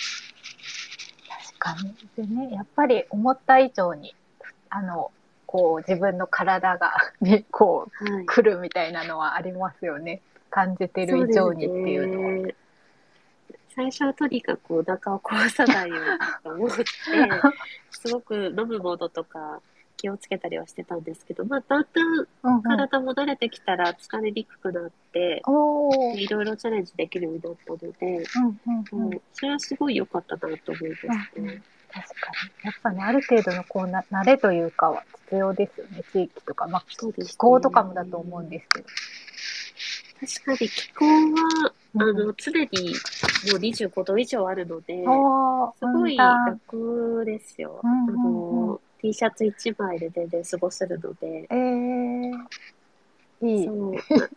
確かに。でね、やっぱり思った以上に、自分の体がね、来るみたいなのはありますよね。感じてる以上にっていうのは。 最初はとにかくお腹を壊さないようにと思って、すごく飲むものとか気をつけたりはしてたんですけど、だんだん体も慣れてきたら疲れにくくなって、いろいろチャレンジできるようになったので、それはすごい良かったなと思いますね。 確かに。やっぱね、ある程度の慣れというかは必要ですよね。地域とか、気候とかもだと思うんですけど。 確かに気候は、常にもう25度以上あるので、すごい楽ですよ。T シャツ1枚で全然過ごせるので。 いい。 そう。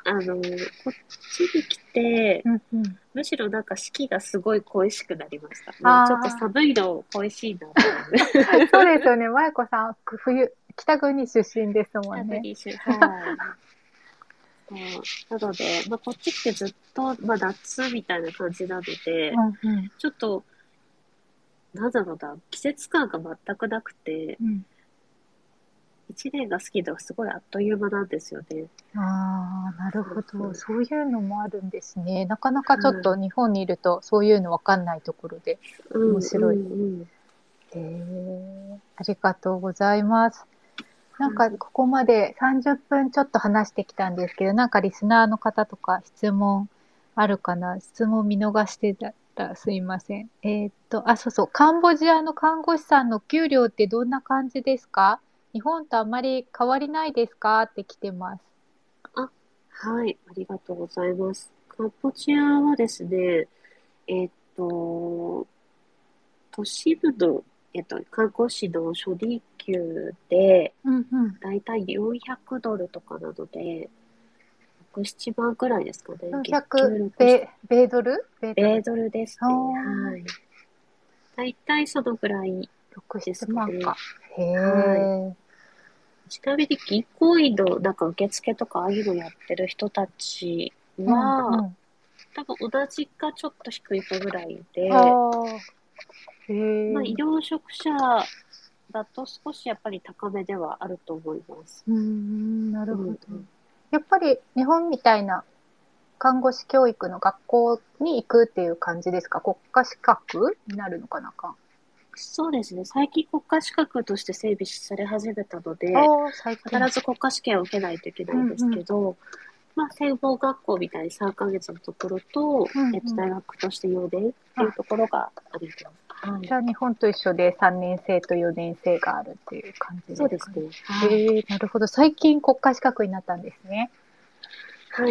こっちに来て、 うんうん。 むしろなんか四季がすごい恋しくなりました。もうちょっとあ寒いの恋しいなっていう。 あ、そうですよね。舞子さん、北国出身ですもんね。 北国州、はい。そうなので、まあ、こっち来てずっと、まあ、夏みたいな感じなので、 うんうん。 ちょっと、なんだろうな、季節感が全くなくて、 うん。 一年が好きではすごいあっという間なんですよね。 ああ、なるほど。 そうそう。 そういうのもあるんですね。なかなかちょっとはい。 日本にいるとそういうのわかんないところでうんう面白い。 んうん。 へえ、ありがとうございます。なんかはい。 ここまで30分ちょっと話してきたんですけど、なんかリスナーの方とか質問あるかな？質問見逃してたらすいません。そうそう、カンボジアの看護師さんの給料ってどんな感じですか？日本とあまり変わりないですかって来てます。 あ、はい。ありがとうございます。カンボジアはですね、えっと、都市部の、看護師の初任給で、 うんうん。 だいたい400ドルとかなので、6、7万くらいですかね。月給 400 6、 米ドル米ドルですね。 ああ、 はい。だいたいそのぐらい 6、 です 7万か。 かね。 へはい。 え。 ちなみに銀行員のなんか受付とかああいうのやってる人たちうんうは、 ん。 多分同じかちょっと低いかぐらいで、 ああ、へまあえ。 医療職者だと少しやっぱり高めではあると思います。 なるほど。 うんうん。 やっぱり日本みたいな看護師教育の学校に行くっていう感じですか？国家資格になるのかなか。 そうですね。最近国家資格として整備され始めたので、 ああ、最必近。 ず国家試験を受けないといけないんですうんうん。 けど、まあ、専門学校みたいに3ヶ月のところと、 うんうん。 大学として4年っていうあ、 ところがあります。はい。 じゃあ日本と一緒で3年生と4年生があるっていう感じですかね。 そうですね。はい。 へえ、なるほど。最近国家資格になったんですね。 はい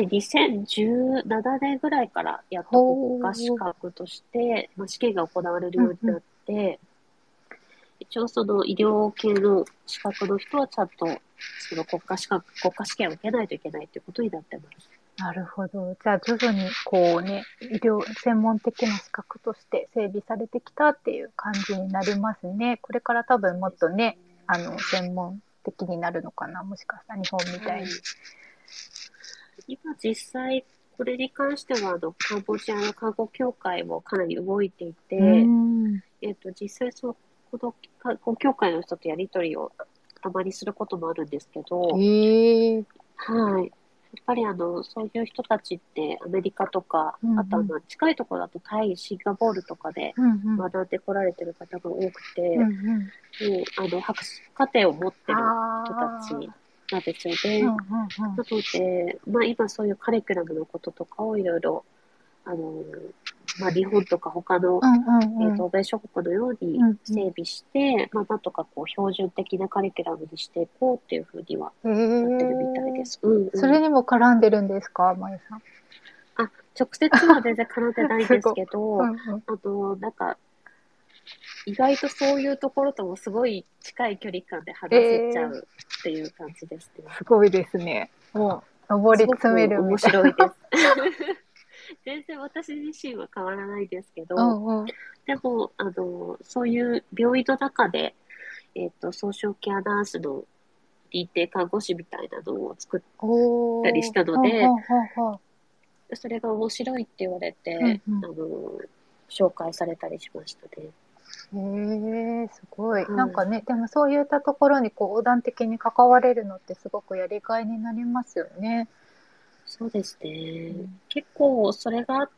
。2017年ぐらいからやっと国家資ほう。 格として、まあ、試験が行われるうんうん。 ようになって、一応その医療系の資格の人はちゃんとその国家試験を受けないといけないということになってます。 なるほど。じゃあ徐々にこうね、医療専門的な資格として整備されてきたっていう感じになりますね。これから多分もっとね、専門的になるのかな。もしかしたら日本みたいに。 はい。今実際、これに関しては、カンボジアの看護協会もかなり動いていうーて、 ん。 実際そう、この看護協会の人とやりとりをたまにすることもあるんですけど、 へえ。 はい。やっぱりそういう人たちってアメリカとか、 うんうあとん。 近いところだとタイ、シンガポールとかでうんうん。 学んでこられてる方が多くうんて、 うん。 もう、博士課程を持ってる人たちああ。 なんですよね。 うんうんうん。 なので、まあ今そういうカリキュラムのこととかをいろいろ、あの、まあ日本とか他の、 うんうんうん。 欧米諸国のようにうんう整備して、まあなんとかこう標準的なカリキュラムにしていこうっていうふうにはん。 なってるみたいへえ。 です。うんうん。 それにも絡んでるんですか、まゆさん。 あ、直接は全然絡んでないんですすごい。 けど、 うんうん。 なんか、意外とそういうところともすごい近い距離感でえ話せちゃえ、 うっていう感じですね。 すごいですね。もう、上りすごく詰めるみ面たいな。 白いです。全然私自身は変わらないですけうど、 んうん。 でも、そういう病院の中で、ソーシャルケアナースの認定看護師みたいなのを作ったりおー、 したのほんほで、 んほんほん。 それが面白いって言われて、 うんうん。 紹介されたりしましたね。 へえ、すごい。なはい。 んかね、でもそういったところにこう横断的に関われるのってすごくやりがいになりますよね。 そうですね。 うん、 結構それがあって、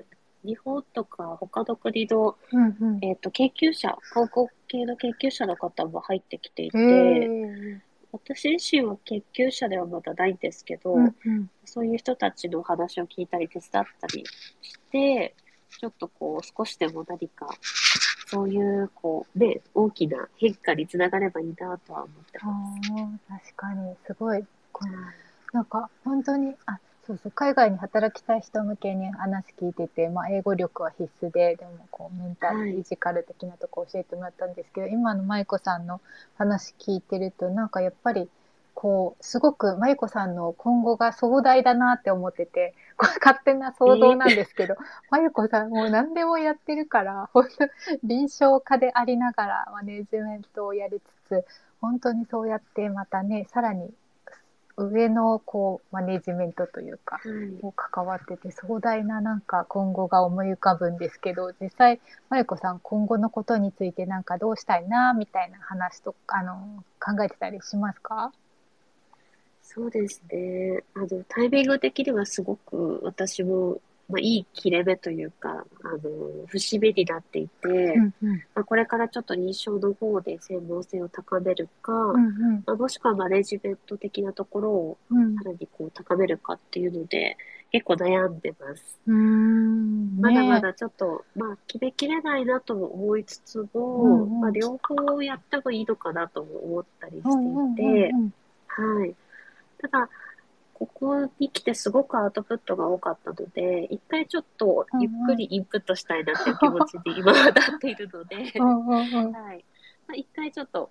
日本とか他の国の、 うんうん。 研究者、観光系の研究者の方も入ってきていへて、 え、 私自身は研究者ではまだないんですけど、 うんうん。 そういう人たちの話を聞いたり手伝ったりして、ちょっとこう少しでも何か、そういうこうね、大きな変化につながればいいなとは思ってあます。 あ、確かに、すごい。 はい。 なんか本当に、そうそう、海外に働きたい人向けに話聞いてて、まあ、英語力は必須で、でもこうメンタル、フはい。 ィジカル的なとこ教えてもらったんですけど、今の舞子さんの話聞いてると、なんかやっぱりこう、すごくまゆこさんの今後が壮大だなって思ってて、これ勝手な想像なんですけど、まゆこさんもう何でもやってるから、本当臨床家でありながらマネジメントをやりつつ、本当にそうやってまたね、さらに上のこうマネジメントというか、関わってて壮大ななんか今後が思い浮かぶんですけど、実際まゆこさん今後のことについてなんかどうしたいなみたいな話とか考えてたりしますか？ そうですね。タイミング的にはすごく私も、いい切れ目というか、節目になっていて、 うんうん。 これからちょっと臨床の方で専門性を高めるか、 うんもしくはマネジメント的なところをうんさらにこう高めるかっていうので、結構悩んでます。まだまねだちょっと、決めきれないなとも思いつつうも、 んうん。 両方やってもいいのかなとも思ったりうんうしていんうんて、 うん。 はい。ただ、ここに来てすごくアウトプットが多かったので、一回ちょっとゆっくりインプットしたいなっていう気持ちに今はなっているので、 うんうんうん。 はい。一回ちょっと、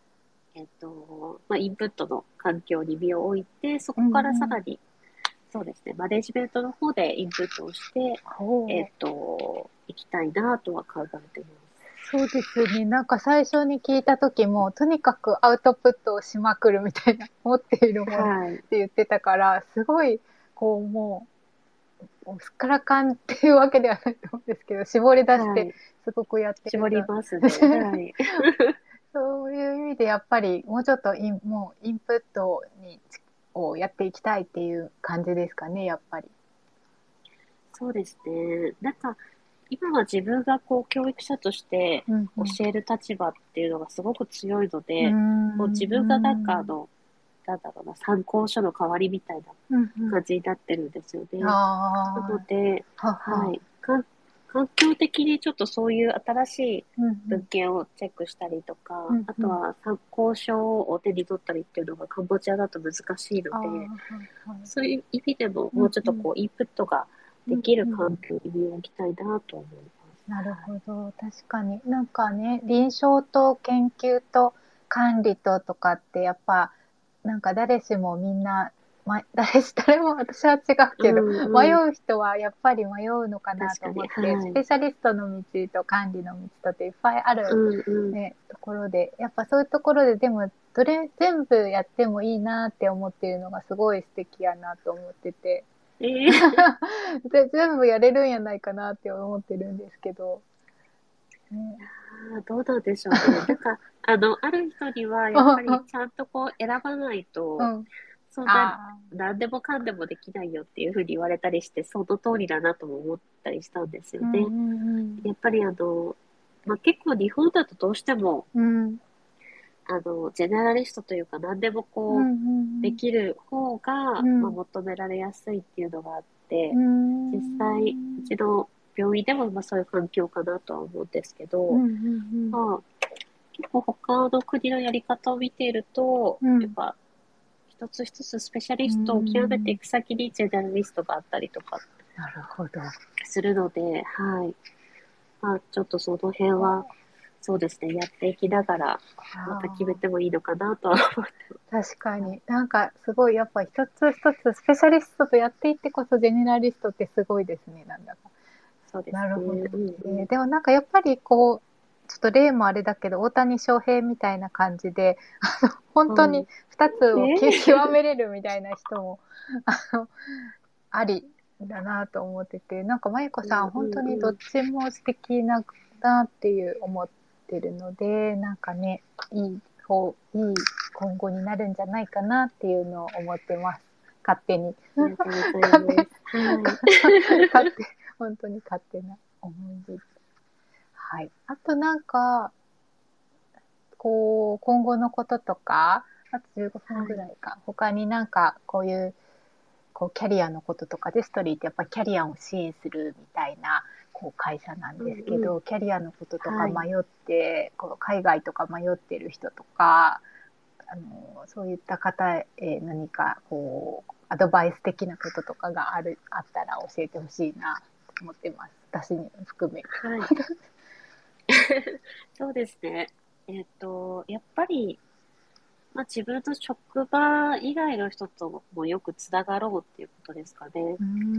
インプットの環境に身を置いて、そこからさらに、そうですね、マネジメントの方でインプットをして、行きたいなとは考えてます。 そうですね。なんか最初に聞いた時も、とにかくアウトプットをしまくるみたいな、持っているものっはい。 て言ってたから、すごい、こうもう、すっからかんっていうわけではないと思うんですけど、絞り出して、 はい。 すごくやってる絞りんだ。 ますね。はい。 そういう意味でやっぱりもうちょっともうインプットをやっていきたいっていう感じですかね、やっぱり。 そうですね。なんか、今は自分がこう教育者としてうんうん。 教える立場っていうのがすごく強いのうーで、こう自分がなんかん。 なんだろうな、参考書の代わりみたいなうんうん。 感じになってるんですよね。なのあで、 あ、はは。 はい。環境的にちょっとそういう新しいうんうん。 文献をチェックしたりとか、 うんうん。 あとは参考書を手に取ったりっていうのがカンボジアだと難しいのああ、 で、 はいはい。 そういう意味でもうんうん。 もうちょっとこうインプットがうんできるうん。 環境に身を置きたいなと思います。 なるはい。 ほど。確かに。なんかね、臨床と研究と管理ととかってやっぱ、なんか誰しもみんな、誰も私は違ううけど、迷んうん。 う人はやっぱり迷うのかなと確かに。 思って、スはい。 ペシャリストの道と管理の道とっていっぱいあるうんうん。 ね、ところで、やっぱそういうところででも、全部やってもいいなって思っているのがすごい素敵やなと思ってて、 ええ全部やれるんやないかなって思ってるんですけど。ね、 どうなんでしょうね。なんか、ある人には、やっぱりちゃんとこう選ばないと、 うん。 そんな、 ああ。 何でもかんでもできないよっていうふうに言われたりして、その通りだなとも思ったりしたんですよね。 うんうんやっぱり結構日本だとどうしても、 うん。うん。 ジェネラリストというか何でもこう、 うんうんできる方が、 うん。 求められやすいっていうのがあって、 う実際、うん。 ちの病院でもそういう環境かなとは思うんですけど、 うんうんまあ、結構他の国のやり方を見ていると、 うん。うん。 やっぱ一つ一つスペシャうリストを極めていん。 く先にジェネラリストがあったりとかなるほど。 するので、はい。ちょっとその辺は、そうですね、やっていきながら、また決めてあもいいのかなとは思ってあ、確かます。 に。なんかすごいやっぱ一つ一つスペシャリストとやっていってこそジェネラリストってすごいですね、なんだか。 そうですなるほど。 ね。うんうん。 でもなんかやっぱりこう、ちょっと例もあれだけど、大谷翔平みたいな感じで、本当にはい。 二つを極ええめれるみたいな人も、あの、ありだなと思ってて、なんかまゆこさんうんう本当にどっんうん。 ちも素敵なっていう思ってるので、なんかね、いい今後になるんじゃないかなっていうのを思ってます。勝手に。 ありがとうござい勝手、 ます。はい。 勝手、本当に勝手な思い出。はい。あとなんか、こう、今後のこととか、あと15分はい。 ぐらいか、他になんかこういう、こうキャリアのこととかでストリーってやっぱキャリアを支援するみたいなこう会社なんうんうん。 ですけど、キャリアのこととかはい。 迷って、こう海外とか迷ってる人とか、そういった方へ何かこうアドバイス的なこととかがあったら教えてほしいなと思ってます。私に含め。 はい。そうですね。やっぱり、 まあ、自分の職場以外の人ともよくつながろうっていうことですかね。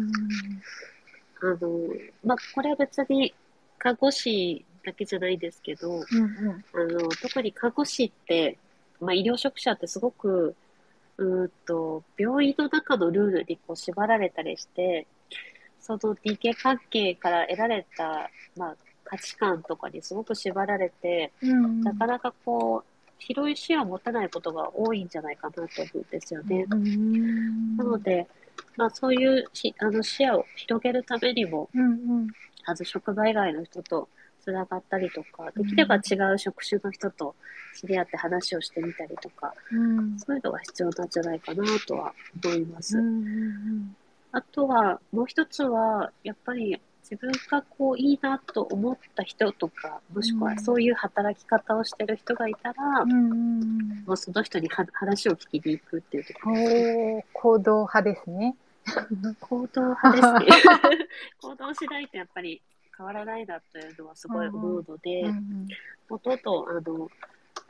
まあ、これは別に看護師だけじゃないんですけど、特に看護師って、まあ、医療職者ってすごく、病院の中のルールにこう縛られたりして、その人間関係から得られた、まあ、価値観とかにすごく縛られて、なかなかこう、広い視野を持たないことが多いんじゃないかなと思うんですよね。なので、まあ、そういう視野を広げるためにも、職場以外の人とつながったりとか、できれば違う職種の人と知り合って話をしてみたりとか、そういうのが必要なんじゃないかなとは思います。あとは、もう一つは、やっぱり自分がこういいなと思った人とか、もしくはそういう働き方をしてる人がいたら、もうその人に話を聞きに行くっていうところですね。 行動派ですね。 行動派ですね。行動しないとやっぱり変わらないなというのはすごい思うので、もうどんどん、なんていうのか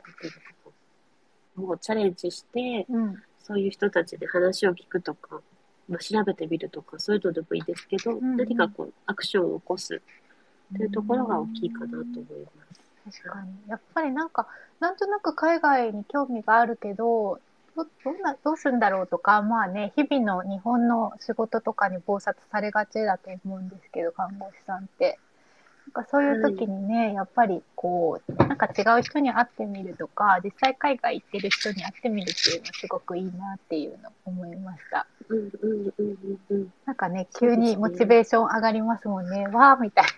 な、もうチャレンジして、そういう人たちで話を聞くとか、まあ、調べてみるとか、そういうのでもいいですけど、何かこう、アクションを起こすっていうところが大きいかなと思います。 確かに。やっぱりなんか、なんとなく海外に興味があるけど、どうするんだろうとか、まあね、日々の日本の仕事とかに忙殺されがちだと思うんですけど、看護師さんって。なんかそういう時にね、やっぱりこう、なんか違う人に会ってみるとか、実際海外行ってる人に会ってみるっていうのはすごくいいなっていうのを思いました。なんかね、急にモチベーション上がりますもんね。わーみたい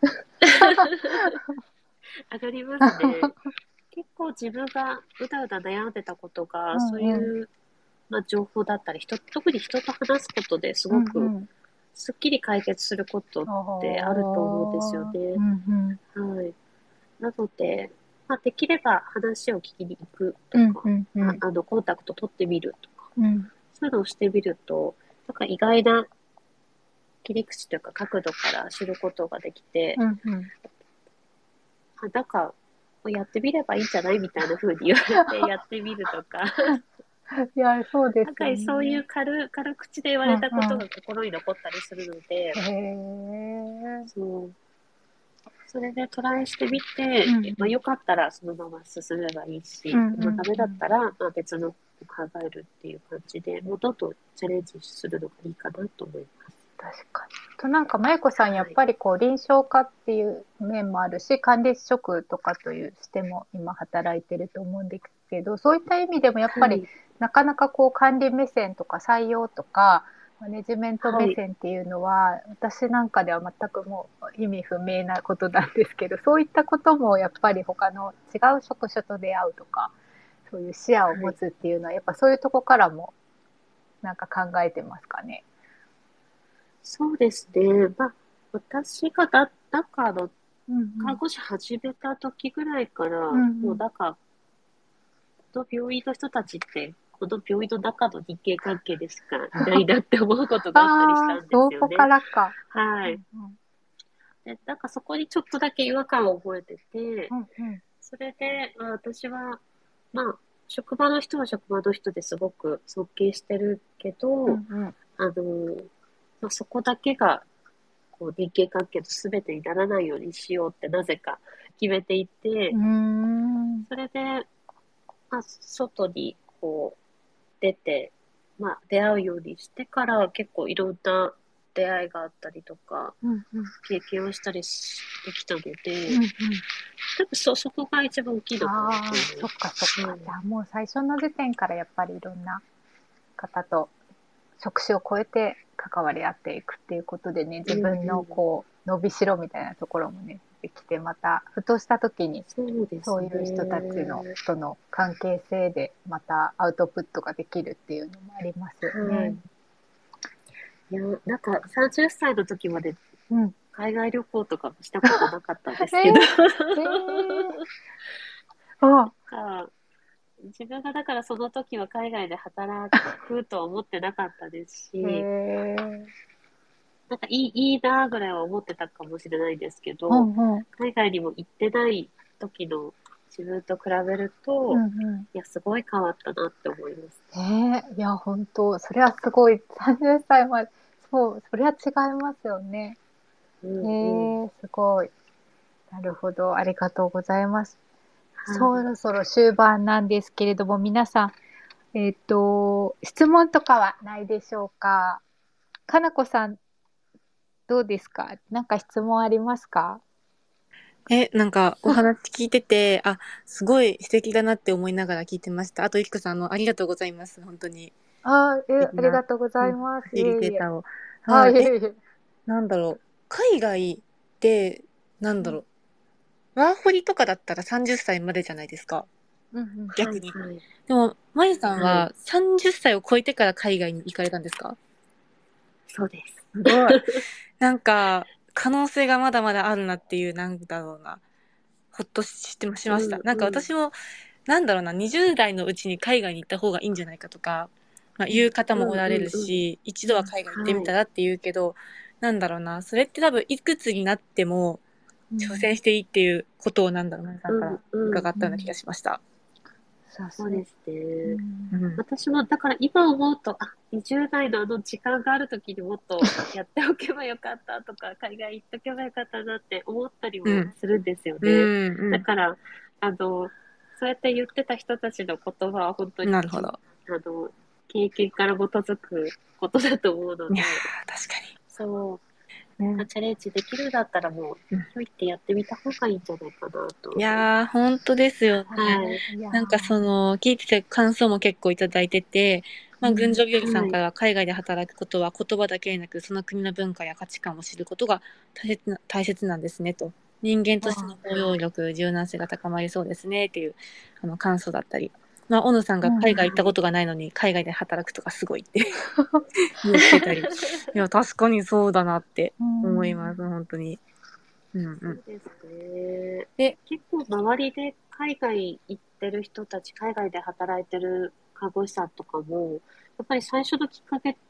上がりますね。結構自分がうだうだ悩んでたことが、そういう、まあ、情報だったり、特に人と話すことですごく、すっきり解決することってあると思うんですよね。はい。なので、まあ、できれば話を聞きに行くとか、コンタクト取ってみるとか、そういうのをしてみると、なんか意外な切り口というか角度から知ることができて、なんか、やってみればいいんじゃないみたいな風に言われてやってみるとか。 いや、そうですなんかそういう軽口で言われたことが心に残ったりするので、そう。それでトライしてみて、まあ、よかったらそのまま進めばいいし、ダメだったら、まあ、別の考えるっていう感じで、もうどんどんチャレンジするのがいいかなと思います。 確かに。となんか、まゆこさん、やっぱりこう、臨床家っていう面もあるし、管理職とかというしても今働いてると思うんですけど、そういった意味でもやっぱり、なかなかこう、管理目線とか採用とか、マネジメント目線っていうのは、私なんかでは全くもう意味不明なことなんですけど、そういったこともやっぱり他の違う職種と出会うとか、そういう視野を持つっていうのは、やっぱそういうとこからもなんか考えてますかね。 そうですね。まあ、私がなんか看護師始めた時ぐらいから、もうなんか、この病院の人たちって、この病院の中の人間関係でしかいないなって思うことがあったりしたんですよね。 そこからか。 はい。で、なんかそこにちょっとだけ違和感を覚えてて、それで、私は、まあ、職場の人は職場の人ですごく尊敬してるけど、まあ、そこだけが、こう、人間関係の全てにならないようにしようってなぜか決めていて、それで、まあ、外にこう出て、まあ、出会うようにしてから結構いろんな出会いがあったりとか、経験をしたりしてきたので、多分そこが一番大きいのかなと思います。 そっかそっか。じゃあもう最初の時点からやっぱりいろんな方と職種を超えて関わり合っていくっていうことでね、自分のこう伸びしろみたいなところもね、できて、またふとした時にそういう人たちのとの関係性でまたアウトプットができるっていうのもありますよね。 いや、なんか30歳の時まで海外旅行とかもしたことなかったんですけど、自分がだからその時は海外で働くとは思ってなかったですし、なんかいいなぐらいは思ってたかもしれないんですけど、海外にも行ってない時の自分と比べると、 うんうん。 いや、すごい変わったなって思います。 いや、本当それはすごい。30歳まで、そう、それは違いますよね。 うんうん。 すごい。なるほど。ありがとうございます。 はい。 そろそろ終盤なんですけれども、皆さん、質問とかはないでしょうか？かなこさん、どうですか？なんか質問ありますか？ なんかお話聞いてて、あ、すごい素敵だなって思いながら聞いてました。あと、いくこさん、ありがとうございます。本当にあり素敵な、 がとうござうん、フいます。 ァシリいえいえ。 テーターを。 あ、 はい。 いえいえ。 なんだろう。海外って、なんうん、 だろう。ワーホリとかだったら30歳までじゃないですか。 うん、うん。 は逆に。 いはい。 でも、まゆさんはい。 は30歳を超えてから海外に行かれたんですか？ そうです。 すごい。なんか、可能性がまだまだあるなっていう、なんだろうな。ほっとしました。 うんなんかうん。 私も、なんだろうな、20代のうちに海外に行った方がいいんじゃないかとか、まあ、 うん、 言う方うんもおられうんうん。 るし、一度はうん、 海外行ってみはい。 たらって言うけど、なんだろうな、それって多分いくつになっても挑うん、 戦していいっていうことをなんだろうな、さんからうんうん。 伺ったような気がうん。 しました。 さすが。 そうですね。 うん。 うん。 私も、だから今思うと、あ、20代の時間がある時にもっとやっておけばよかったとか、海外行っとけばよかったなって思ったりうん。 もするんですようね。 ん。 だから、そうやって言ってた人たちの言葉は本当うん。 に、 なるほど。 経験から基づくことだと思うのいやで、 ー、確かそう、 に。ね。 チャレンジできるだったらもう、 うん。 ひょいってやってみた方がいいんじゃないかなとい思いやー、 ます。 本当ですよね。 はい。 いやなんかー、 聞いてて感想も結構いただいてて、まあ、群うん、 青日和さんはい。 からは海外で働くことは言葉だけでなく、その国の文化や価値観を知ることが大切なんですねと。人間としての包容力、柔軟性が高まりそうですねっていう、感想だったり。まあ、小野さんが海うん。 外行ったことがないのに、海外で働くとかすごいって言ってたり。いや、確かにそうだなってうん。 思います、本当に。うんうん。 そうですね。 で、 結構周りで海外行ってる人たち、海外で働いてる看護師さんとかも、やっぱり最初のきっかけって、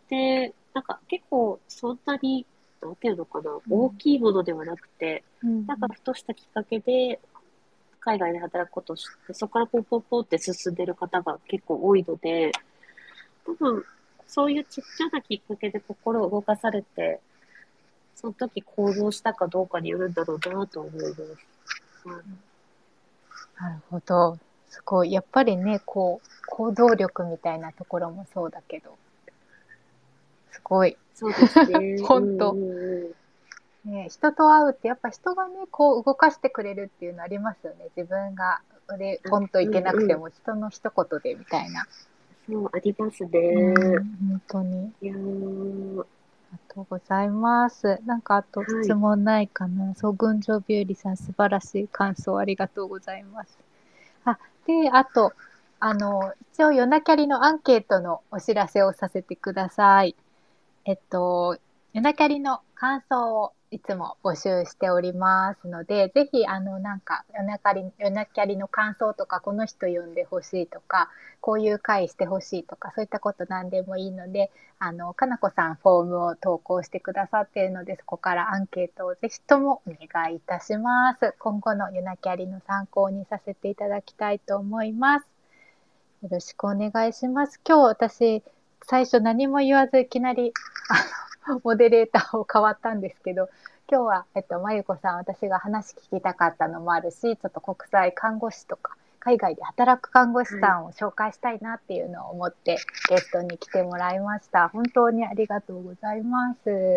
なんか結構そんなに、なんていうのかな、大うん。 きいものではなくて、 うん。 なんかふとしたきっかけで海外で働くことを知って、そこからポンポンポンって進んでる方が結構多いので、多分、そういうちっちゃなきっかけで心を動かされて、その時行動したかどうかによるんだろうなと思います。はい。 なるほど。すごい。やっぱりね、こう、行動力みたいなところもそうだけど、すごい。 そうですね。うほんと。 んうんね、人と会うってやっぱ人がね、こう動かしてくれるっていうのありますよね。自分が、 うん。 ポンといけなくてうんうん。 も人の一言でみたいな。 そう、ありますうね。 ん、本当に。 いやー、はありがとうございます。なんかあと質い。 問ないかな。そう、群青日和さん素晴らしい感想ありがとうございます。あ、で、あと、一応、夜なキャリのアンケートのお知らせをさせてください。夜なキャリの感想をいつも募集しておりますので、ぜひ、なんか、夜なキャリの感想とか、この人呼んでほしいとか、こういう会してほしいとか、そういったこと何でもいいので、かなこさんフォームを投稿してくださっているので、そこからアンケートをぜひともお願いいたします。今後の夜なキャリの参考にさせていただきたいと思います。よろしくお願いします。今日私、最初何も言わずいきなり、モデレーターを変わったんですけど、今日は、まゆこさん、私が話聞きたかったのもあるし、ちょっと国際看護師とか、海外で働く看護師はい。 さんを紹介したいなっていうのを思ってゲストに来てもらいました。本当にありがとうございます。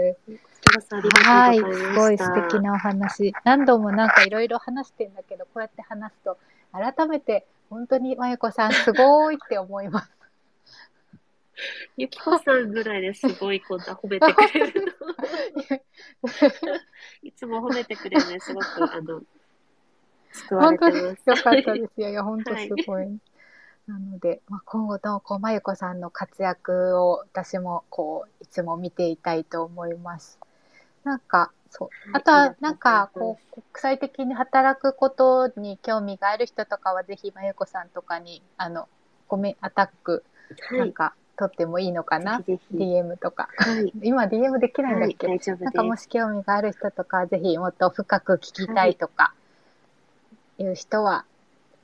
こちらこそありがとうはい、 ございますごい素敵した。 なお話。何度もなんかいろいろ話してんだけど、こうやって話すと、改めて本当にまゆこさんすごいって思います。 ゆきこさんぐらいですごいこんな褒めあ、 てく本当れるの。 ですか？ いつも褒めてくれるのですごく、救わ本当にれてます。 良かったです。いやいや、本当はい。 すごい。なので、まあ、今後のまゆこさんの活躍を私もいつも見ていたいと思います。なんか、そう。 はい、 あとは、 ありがとうなんか、 ございます。 国際的に働くことに興味がある人とかは、ぜひまゆこさんとかに、アタック、 はい。 なんか、取ってもいいのかぜな？ ひぜひ。 DM とか。 はい。 今 DM できないんはい。 だっけ？ 大丈夫なんかもです。 し興味がある人とか、ぜひもっと深く聞きはい。 たいとかいう人は、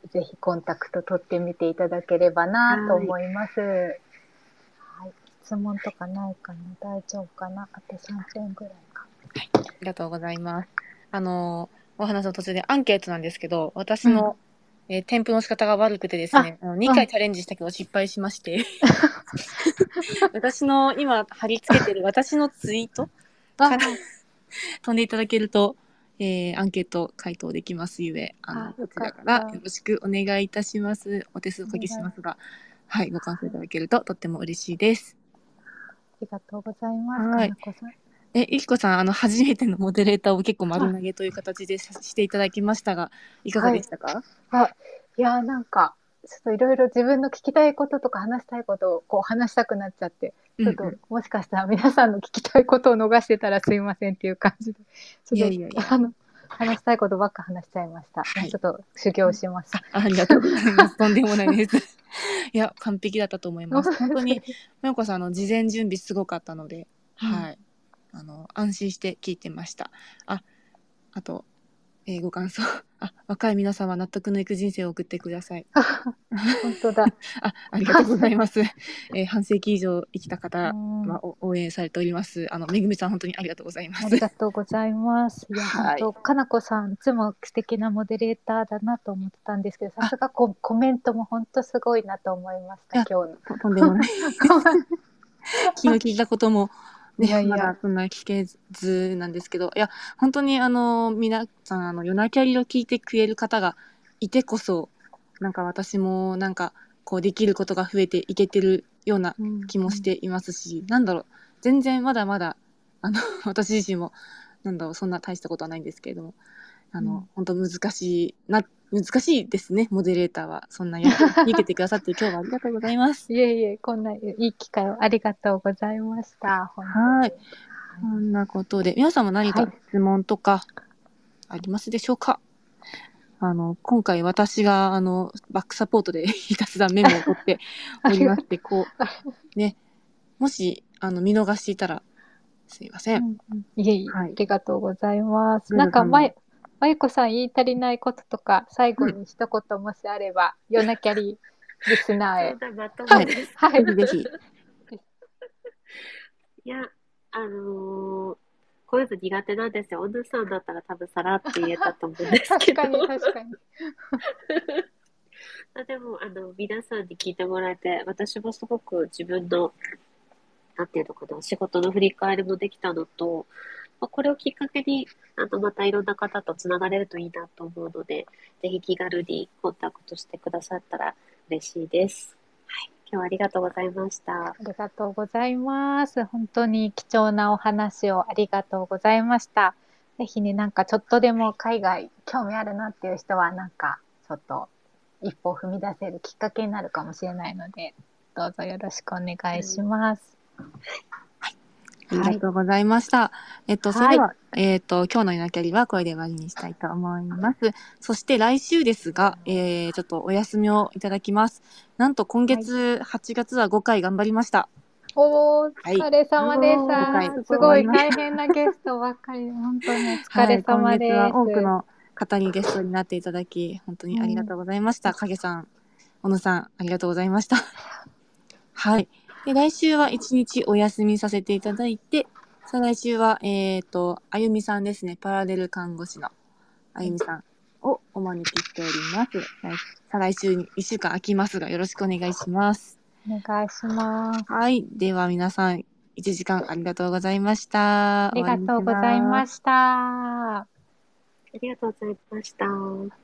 ぜひコンタクト取ってみていただければなと思います。はい、質問とかないかな、大丈夫かな、あと3分ぐらいか。 ありがとうございます。お話の途中でアンケートなんですけど、私の、添付の仕方が悪くてですね、2回チャレンジしたけど失敗しまして、私の今貼り付けてる私のツイートから飛んでいただけると、アンケート回答できますゆえ、こちらからよろしくお願いいたします。お手数おかけしますが、はい、ご感想いただけるととっても嬉しいです。 ありがとうございます。 はい。ゆきこさん、初めてのモデレーターを結構丸投げという形でしていただきましたが、いかがでしたか？ いや、なんか、ちょっといろいろ自分の聞きたいこととか話したいことをこう話したくなっちゃって、ちょっともしかしたら皆さんの聞きたいことを逃してたらすいませんっていう感じで、ちょっと話したいことばっか話しちゃいました。ちょっと修行します。 ありがとうございます。とんでもないです。いや、完璧だったと思います。本当に、まよこさん、事前準備すごかったので、はい。安心して聞いてました。あと、ご感想。若い皆さんは納得のいく人生を送ってください。 本当だ。 ありがとうございます。半世紀以上生きた方は応援されております。めぐみさん、本当にありがとうございます。 ありがとうございます。いや、本当、かなこさん、いつも素敵なモデレーターだなと思ってたんですけど、さすがコメントも本当すごいなと思いました、今日の。 とんでもない。気の利いたことも、ね、まだそんな聞けずなんですけど、いや、本当に皆さん、夜なキャリを聞いてくれる方がいてこそ、なんか私もなんか、こうできることが増えていけてるような気もしていますし、なんだろう、全然まだまだ、私自身も、なんだろう、そんな大したことはないんですけれども、本当難しいですね、モデレーターは。そんなやつを聞いてくださって今日はありがとうございます。 いえいえ、こんないい機会をありがとうございました。 はい。そんなことで、皆さんも何か質問とかありますでしょうか？今回私がバックサポートでひたすらメモを取っておりまして、こう、ね、もし見逃していたらすいません。 いえいえ、ありがとうございます。なんか、まゆこさん言い足りないこととか、最後に一言もしあれば、夜なキャリリスナーへ。 はい、 ぜひ。 いや、こういうの苦手なんですよ。おぬさんだったら多分さらって言えたと思うんですけど。 確かに。 でも、皆さんに聞いてもらえて、私もすごく自分の、なんていうのかな、仕事の振り返りもできたのと、これをきっかけに、またいろんな方とつながれるといいなと思うので、ぜひ気軽にコンタクトしてくださったら嬉しいです。はい。今日はありがとうございました。 ありがとうございます。本当に貴重なお話をありがとうございました。ぜひね、なんかちょっとでも海外興味あるなっていう人は、なんかちょっと一歩踏み出せるきっかけになるかもしれないので、どうぞよろしくお願いします。 ありがとうございました。それでは、今日の夜なキャリはこれで終わりにしたいと思います。そして来週ですが、ちょっとお休みをいただきます。なんと今月8月は5回頑張りました。 お疲れ様でした。すごい大変なゲストばっかり、本当にお疲れ様です。 今月は多くの方にゲストになっていただき、本当にありがとうございました。影さん、小野さん、ありがとうございました。はい。で、来週は1日お休みさせていただいて、再来週は、あゆみさんですね。パラレル看護師のあゆみさんをお招きしております。再来週に1週間空きますが、よろしくお願いします。 お願いします。 はい。では皆さん、1時間ありがとうございました。 ありがとうございました。 ありがとうございました。